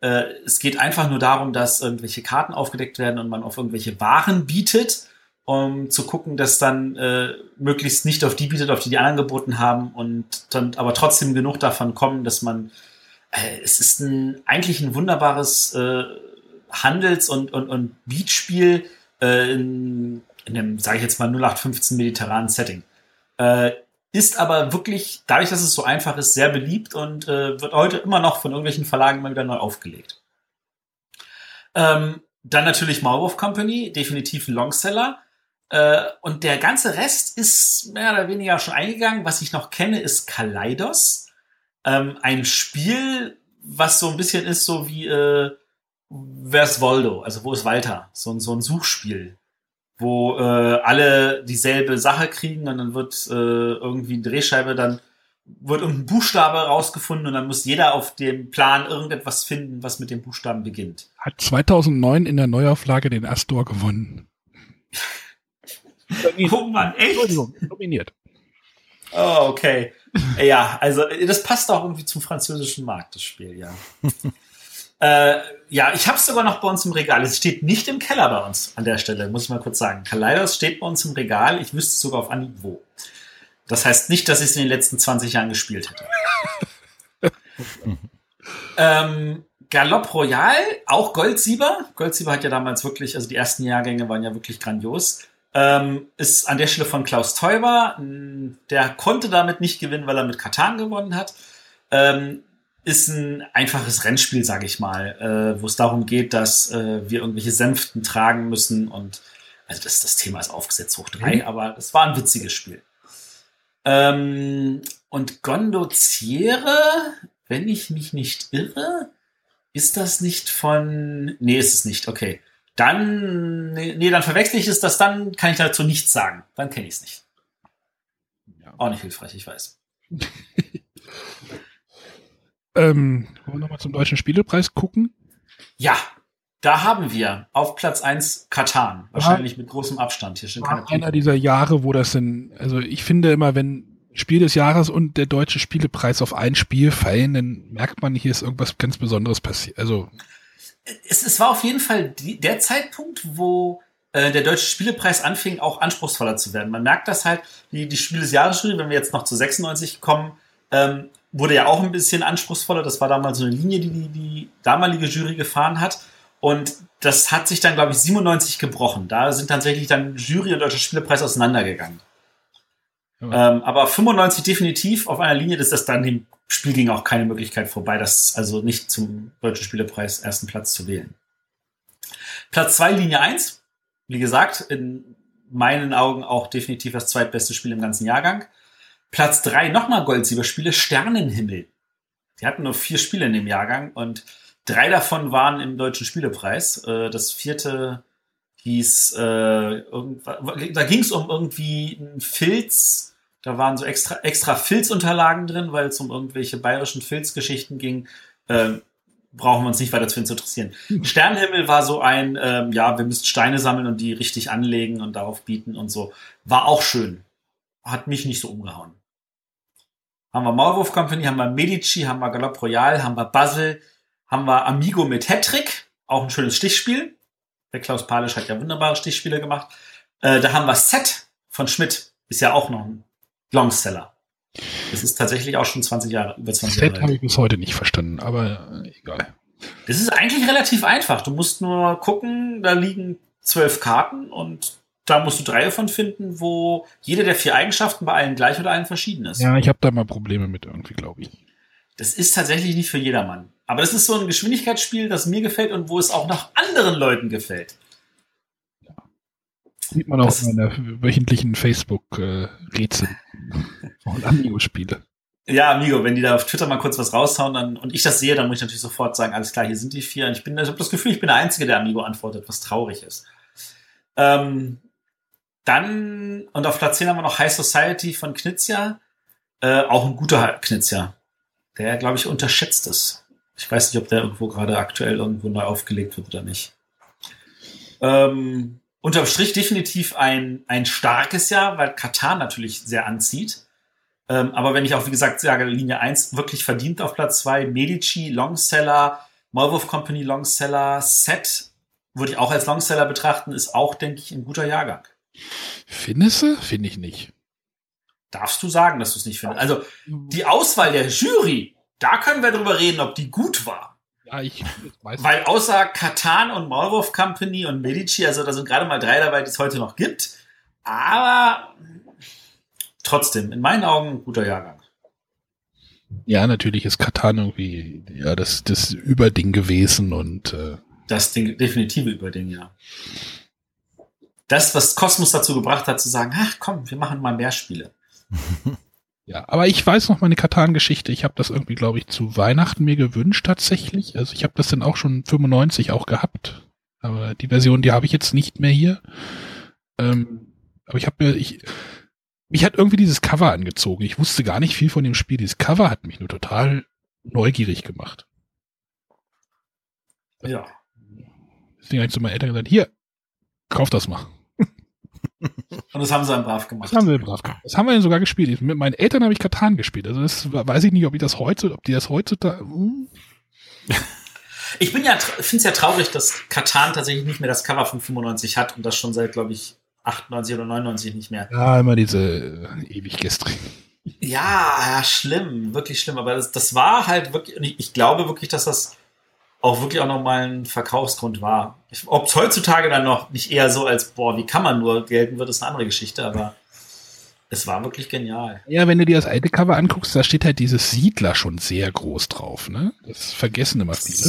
Äh, es geht einfach nur darum, dass irgendwelche Karten aufgedeckt werden und man auf irgendwelche Waren bietet, um zu gucken, dass dann äh, möglichst nicht auf die bietet, auf die die anderen geboten haben und dann aber trotzdem genug davon kommen, dass man äh, es ist ein, eigentlich ein wunderbares äh, Handels- und, und, und Beatspiel äh, in, in einem, sage ich jetzt mal, null acht fünfzehn mediterranen Setting. Äh, ist aber wirklich, dadurch, dass es so einfach ist, sehr beliebt und äh, wird heute immer noch von irgendwelchen Verlagen immer wieder neu aufgelegt. Ähm, dann natürlich Maulwurf Company, definitiv ein Longseller. Äh, und der ganze Rest ist mehr oder weniger schon eingegangen. Was ich noch kenne, ist Kaleidos. Ähm, ein Spiel, was so ein bisschen ist, so wie äh, Where's Waldo? Also wo ist Walter? So, ein so ein Suchspiel, wo äh, alle dieselbe Sache kriegen und dann wird äh, irgendwie eine Drehscheibe, dann wird irgendein Buchstabe rausgefunden und dann muss jeder auf dem Plan irgendetwas finden, was mit dem Buchstaben beginnt. Hat zweitausendneun in der Neuauflage den Astor gewonnen. Oh Mann, echt? Entschuldigung, nominiert. Oh, okay. Ja, also das passt auch irgendwie zum französischen Markt, das Spiel, ja. äh, ja, ich habe es sogar noch bei uns im Regal. Es steht nicht im Keller bei uns an der Stelle, muss ich mal kurz sagen. Kaleidos steht bei uns im Regal. Ich wüsste sogar auf Anhieb wo. Das heißt nicht, dass ich es in den letzten zwanzig Jahren gespielt hätte. ähm, Galopp Royal, auch Goldsieber. Goldsieber hat ja damals wirklich, also die ersten Jahrgänge waren ja wirklich grandios. Ähm, ist an der Stelle von Klaus Teuber. Der konnte damit nicht gewinnen, weil er mit Katan gewonnen hat. Ähm, ist ein einfaches Rennspiel, sage ich mal, äh, wo es darum geht, dass äh, wir irgendwelche Sänften tragen müssen. Und also das, das Thema ist aufgesetzt hoch drei, mhm. aber das war ein witziges Spiel. Ähm, und Gondoziere, wenn ich mich nicht irre, ist das nicht von... Nee, ist es nicht, okay. Dann, nee, nee, dann verwechsel ich es, das dann kann ich dazu nichts sagen. Dann kenne ich es nicht. Ja. Auch nicht hilfreich, ich weiß. ähm, wollen wir nochmal zum Deutschen Spielepreis gucken? Ja, da haben wir auf Platz eins Katan. Wahrscheinlich ja. mit großem Abstand. Hier steht keine einer dieser Jahre, wo das sind, also ich finde immer, wenn Spiel des Jahres und der Deutsche Spielepreis auf ein Spiel fallen, dann merkt man, hier ist irgendwas ganz Besonderes passiert. Also Es, es war auf jeden Fall die, der Zeitpunkt, wo äh, der Deutsche Spielepreis anfing, auch anspruchsvoller zu werden. Man merkt das halt, die, die Spiel des Jahres-Jury, wenn wir jetzt noch zu sechsundneunzig kommen, ähm, wurde ja auch ein bisschen anspruchsvoller. Das war damals so eine Linie, die die, die damalige Jury gefahren hat. Und das hat sich dann, glaube ich, siebenundneunzig gebrochen. Da sind tatsächlich dann Jury und Deutscher Spielepreis auseinandergegangen. Ja. Ähm, aber fünfundneunzig definitiv auf einer Linie, dass das dann dem Spiel ging auch keine Möglichkeit vorbei, das also nicht zum Deutschen Spielepreis ersten Platz zu wählen. Platz zwei, Linie eins. Wie gesagt, in meinen Augen auch definitiv das zweitbeste Spiel im ganzen Jahrgang. Platz drei, nochmal Goldsieber-Spiele, Sternenhimmel. Die hatten nur vier Spiele in dem Jahrgang und drei davon waren im Deutschen Spielepreis. Das vierte hieß, äh, irgendwas, da ging es um irgendwie einen Filz. Da waren so extra, extra Filzunterlagen drin, weil es um irgendwelche bayerischen Filzgeschichten ging. Ähm, brauchen wir uns nicht weiter zu interessieren. Mhm. Sternenhimmel war so ein, ähm, ja, wir müssen Steine sammeln und die richtig anlegen und darauf bieten und so. War auch schön. Hat mich nicht so umgehauen. Haben wir Maulwurf Company, haben wir Medici, haben wir Galopp Royal, haben wir Basel, haben wir Amigo mit Hattrick, auch ein schönes Stichspiel. Der Klaus Palisch hat ja wunderbare Stichspiele gemacht. Äh, da haben wir Set von Schmidt, ist ja auch noch ein Longseller. Das ist tatsächlich auch schon zwanzig Jahre, über zwanzig Jahre alt. Das habe ich bis heute nicht verstanden, aber äh, egal. Das ist eigentlich relativ einfach. Du musst nur gucken, da liegen zwölf Karten und da musst du drei davon finden, wo jede der vier Eigenschaften bei allen gleich oder allen verschieden ist. Ja, ich habe da mal Probleme mit irgendwie, glaube ich. Das ist tatsächlich nicht für jedermann. Aber das ist so ein Geschwindigkeitsspiel, das mir gefällt und wo es auch noch anderen Leuten gefällt. Ja. Sieht man auch in meiner wöchentlichen Facebook-Rätsel und Amigo-Spiele. Ja, Amigo, wenn die da auf Twitter mal kurz was raushauen dann, und ich das sehe, dann muss ich natürlich sofort sagen, alles klar, hier sind die vier. Und ich bin, ich habe das Gefühl, ich bin der Einzige, der Amigo antwortet, was traurig ist. Ähm, dann, und auf Platz zehn haben wir noch High Society von Knizia. Äh, auch ein guter Knizia, der, glaube ich, unterschätzt ist. Ich weiß nicht, ob der irgendwo gerade aktuell irgendwo neu aufgelegt wird oder nicht. Ähm, unterm Strich definitiv ein, ein starkes Jahr, weil Katan natürlich sehr anzieht. Ähm, aber wenn ich auch, wie gesagt, sage, Linie eins wirklich verdient auf Platz zwei, Medici, Longseller, Maulwurf Company Longseller Set würde ich auch als Longseller betrachten, ist auch, denke ich, ein guter Jahrgang. Findest du? Finde ich nicht. Darfst du sagen, dass du es nicht findest? Also die Auswahl der Jury, da können wir drüber reden, ob die gut war. Ja, ich weiß nicht. Weil außer Catan und Maulwurf Company und Medici, also da sind gerade mal drei dabei, die es heute noch gibt. Aber trotzdem, in meinen Augen, ein guter Jahrgang. Ja, natürlich ist Catan irgendwie ja das, das Überding gewesen und äh das Ding, definitive Überding, ja. Das, was Kosmos dazu gebracht hat, zu sagen, ach komm, wir machen mal mehr Spiele. Ja, aber ich weiß noch meine Catan-Geschichte. Ich habe das irgendwie, glaube ich, zu Weihnachten mir gewünscht tatsächlich. Also ich habe das dann auch schon fünfundneunzig auch gehabt. Aber die Version, die habe ich jetzt nicht mehr hier. Ähm, aber ich habe mir, ich, mich hat irgendwie dieses Cover angezogen. Ich wusste gar nicht viel von dem Spiel. Dieses Cover hat mich nur total neugierig gemacht. Ja. Deswegen habe ich zu meinen Eltern gesagt, hier, kauf das mal. Und das haben sie dann brav gemacht. Das haben wir brav gemacht. Das haben wir sogar gespielt. Mit meinen Eltern habe ich Catan gespielt. Also das weiß ich nicht, ob ich das heute, ob die das heutzutage. Hm. Ich bin ja, finde es ja traurig, dass Catan tatsächlich nicht mehr das Cover von fünfundneunzig hat und das schon seit, glaube ich, achtundneunzig oder neunundneunzig nicht mehr. Ja, immer diese äh, ewig gestrigen. Ja, ja, schlimm, wirklich schlimm. Aber das, das war halt wirklich, und ich, ich glaube wirklich, dass das auch wirklich auch nochmal ein Verkaufsgrund war. Ob es heutzutage dann noch nicht eher so als, boah, wie kann man nur gelten wird, ist eine andere Geschichte, aber es war wirklich genial. Ja, wenn du dir das alte Cover anguckst, da steht halt dieses Siedler schon sehr groß drauf, ne? Das vergessen immer viele.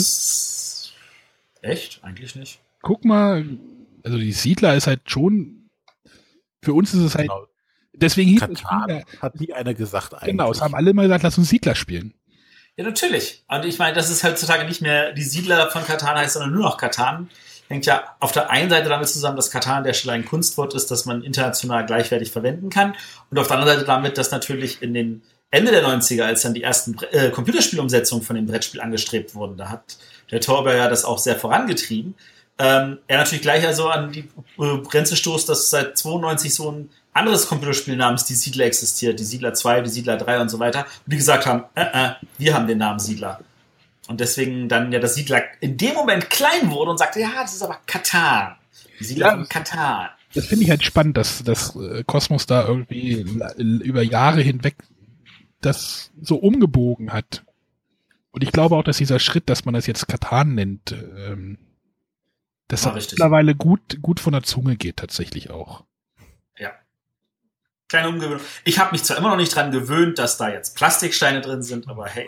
Echt? Eigentlich nicht. Guck mal, also die Siedler ist halt schon, für uns ist es halt, Genau. deswegen hieß Catan es Siedler. hat nie einer gesagt eigentlich. Genau, es haben alle mal gesagt, lass uns Siedler spielen. Ja, natürlich. Und ich meine, dass es heutzutage nicht mehr die Siedler von Catan heißt, sondern nur noch Catan. Hängt ja auf der einen Seite damit zusammen, dass Catan an der Stelle ein Kunstwort ist, das man international gleichwertig verwenden kann. Und auf der anderen Seite damit, dass natürlich in den Ende der neunziger, als dann die ersten äh, Computerspielumsetzungen von dem Brettspiel angestrebt wurden, da hat der Thorberg ja das auch sehr vorangetrieben. Ähm, er natürlich gleich also an die äh, Grenze stoßt, dass seit zweiundneunzig so ein anderes Computerspiel namens Die Siedler existiert, die Siedler zwei, die Siedler drei und so weiter, und die gesagt haben, äh, äh, wir haben den Namen Siedler. Und deswegen dann ja das Siedler in dem Moment klein wurde und sagte, ja, das ist aber Catan. Die Siedler Ja, von Catan. Das finde ich halt spannend, dass, dass äh, Kosmos da irgendwie la- über Jahre hinweg das so umgebogen hat. Und ich glaube auch, dass dieser Schritt, dass man das jetzt Catan nennt, ähm, dass War das richtig. mittlerweile gut, gut von der Zunge geht tatsächlich auch. Ja. Kleine Umgewöhnung. Ich habe mich zwar immer noch nicht dran gewöhnt, dass da jetzt Plastiksteine drin sind, aber hey,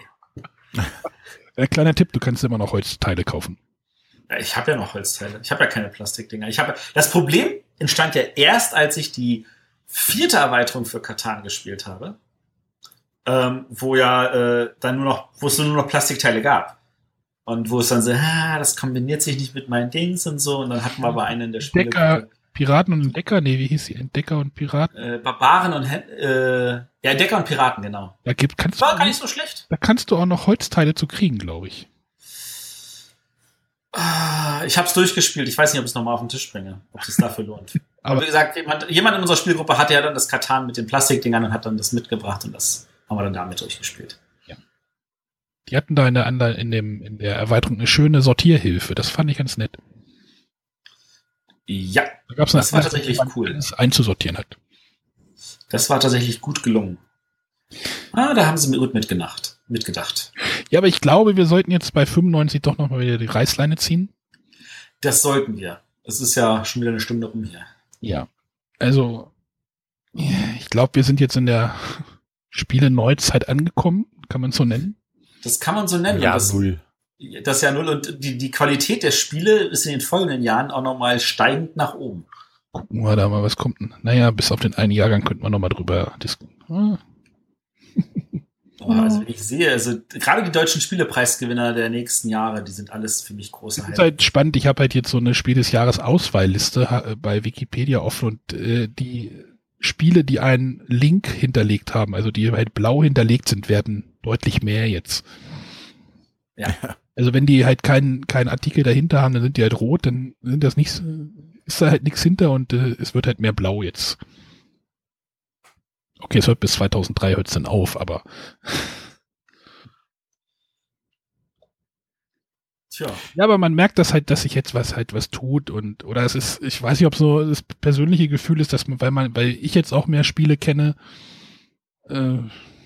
Äh, kleiner Tipp, du kannst immer noch Holzteile kaufen. ja, ich habe ja noch Holzteile. Ich habe ja keine Plastikdinger. Ich habe das Problem entstand ja erst, als ich die vierte Erweiterung für Catan gespielt habe, ähm, wo ja äh, dann nur noch, wo es nur noch Plastikteile gab. Und wo es dann so, ah, das kombiniert sich nicht mit meinen Dings und so. Und dann hatten wir aber einen in der Spiele. Entdecker, Piraten und Entdecker, nee, wie hieß die? Entdecker und Piraten? Äh, Barbaren und Hen äh, ja, Entdecker und Piraten, genau. Da gibt, kannst War du, gar nicht so schlecht. da kannst du auch noch Holzteile zu kriegen, glaube ich. Ah, ich habe es durchgespielt. Ich weiß nicht, ob ich es nochmal auf den Tisch bringe, ob es dafür lohnt. Aber, Aber- wie gesagt, jemand, jemand in unserer Spielgruppe hatte ja dann das Catan mit den Plastikdingern und hat dann das mitgebracht und das haben wir dann damit durchgespielt. Die hatten da in der, anderen- in dem, in der Erweiterung eine schöne Sortierhilfe. Das fand ich ganz nett. Ja, Da gab's Das war eine, tatsächlich wo man cool. alles einzusortieren hat. das war tatsächlich gut gelungen. Ah, da haben sie mir gut mitgedacht. mitgedacht. Ja, aber ich glaube, wir sollten jetzt bei fünfundneunzig doch nochmal wieder die Reißleine ziehen. Das sollten wir. Es ist ja schon wieder eine Stunde rum hier. Ja. Also, ich glaube, wir sind jetzt in der Spiele-Neuzeit angekommen. Kann man es so nennen? Das kann man so nennen. Ja, Und das, null. das ist ja null. Und die, die Qualität der Spiele ist in den folgenden Jahren auch nochmal steigend nach oben. Gucken wir da mal, was kommt denn? Naja, bis auf den einen Jahrgang könnten wir nochmal drüber diskutieren. Aber also wenn ich sehe, also gerade die deutschen Spielepreisgewinner der nächsten Jahre, die sind alles für mich große Das ist Highlights. halt spannend. Ich habe halt jetzt so eine Spiel des Jahres Auswahlliste ha- bei Wikipedia offen und äh, die Spiele, die einen Link hinterlegt haben, also die halt blau hinterlegt sind, werden deutlich mehr jetzt. Ja. Also wenn die halt keinen keinen Artikel dahinter haben, dann sind die halt rot, dann sind das nichts, ist da halt nichts hinter und äh, es wird halt mehr blau jetzt. Okay, es hört bis zweitausenddrei hört es dann auf, aber Tja. Ja, aber man merkt das halt, dass sich jetzt was halt was tut und oder es ist, ich weiß nicht, ob so das persönliche Gefühl ist, dass man, weil man, weil ich jetzt auch mehr Spiele kenne, äh,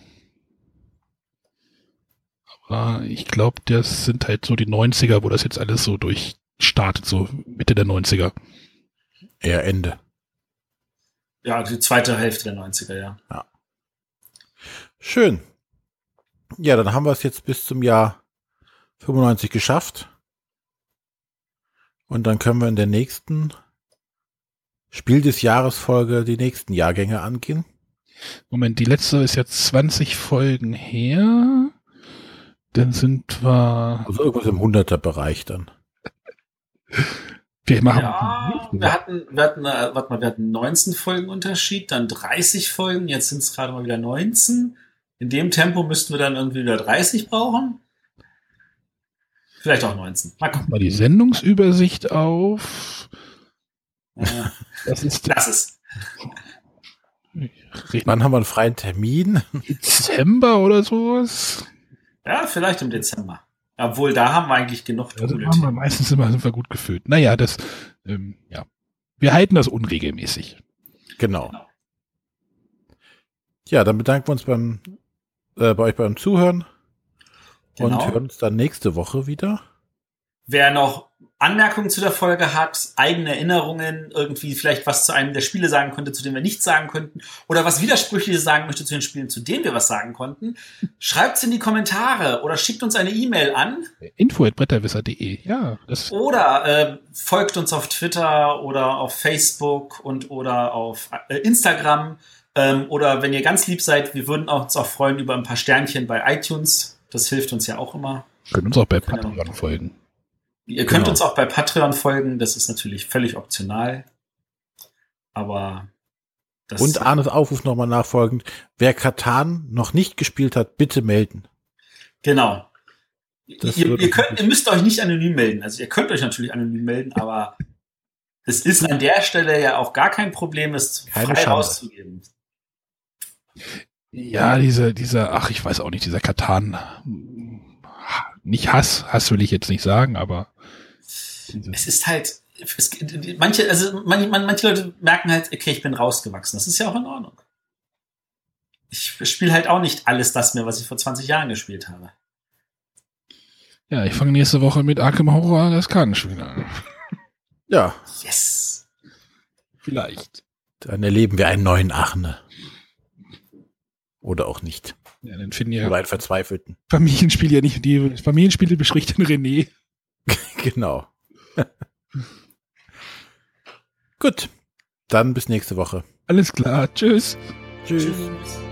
aber ich glaube, das sind halt so die neunziger, wo das jetzt alles so durchstartet, so Mitte der neunziger. Eher Ende. Ja, die zweite Hälfte der neunziger, ja. Ja. Schön. Ja, dann haben wir es jetzt bis zum Jahr fünfundneunzig geschafft. Und dann können wir in der nächsten Spiel des Jahres Folge die nächsten Jahrgänge angehen. Moment, die letzte ist jetzt zwanzig Folgen her. Dann sind wir... Also irgendwas im hunderter-Bereich dann. Wir machen... Ja, wir hatten, wir hatten, äh, warte mal, wir hatten neunzehn Folgen Unterschied, dann dreißig Folgen, jetzt sind es gerade mal wieder neunzehn. In dem Tempo müssten wir dann irgendwie wieder dreißig brauchen. Vielleicht auch neunzehn. Mal gucken. Mal die Sendungsübersicht auf. Ja. Das ist Das ist. Wann haben wir einen freien Termin? Dezember oder sowas? Ja, vielleicht im Dezember. Obwohl, da haben wir eigentlich genug Also coole haben wir Themen. meistens immer sind wir gut gefüllt. Naja, das, ähm, ja. Wir halten das unregelmäßig. Genau. Genau. Ja, dann bedanken wir uns beim, äh, bei euch beim Zuhören Genau. und hören uns dann nächste Woche wieder. Wer noch Anmerkungen zu der Folge hat, eigene Erinnerungen, irgendwie vielleicht was zu einem der Spiele sagen könnte, zu denen wir nichts sagen könnten, oder was Widersprüchliches sagen möchte zu den Spielen, zu denen wir was sagen konnten, schreibt es in die Kommentare oder schickt uns eine E-Mail an info at bretterwisser punkt de. Ja, das oder äh, folgt uns auf Twitter oder auf Facebook und oder auf äh, Instagram ähm, oder wenn ihr ganz lieb seid, wir würden uns auch freuen über ein paar Sternchen bei iTunes. Das hilft uns ja auch immer. können uns auch bei Genau. Patreon folgen. Ihr könnt Genau. uns auch bei Patreon folgen, das ist natürlich völlig optional. Aber das Und Arnes Aufruf nochmal nachfolgend. Wer Katan noch nicht gespielt hat, bitte melden. genau. Das Ihr, würde ihr, uns könnt, nicht- ihr müsst euch nicht anonym melden. Also ihr könnt euch natürlich anonym melden, aber es ist an der Stelle ja auch gar kein Problem, es Keine frei Schande. rauszugeben. Ja, dieser, dieser, ach, ich weiß auch nicht, dieser Katan. Nicht Hass, Hass will ich jetzt nicht sagen, aber Es ist halt, es, manche, also manche, manche Leute merken halt, okay, ich bin rausgewachsen. Das ist ja auch in Ordnung. Ich spiele halt auch nicht alles das mehr, was ich vor zwanzig Jahren gespielt habe. ja, ich fange nächste Woche mit Arkham Horror das Kartenspiel an. Ja, Yes! Vielleicht. dann erleben wir einen neuen Achne. Oder auch nicht. Ja, dann finden ja Oder einen Verzweifelten. Familienspiele ja nicht, die Familienspiele bespricht dann René. Genau. Gut, dann bis nächste Woche. Alles klar, tschüss. Tschüss. Tschüss.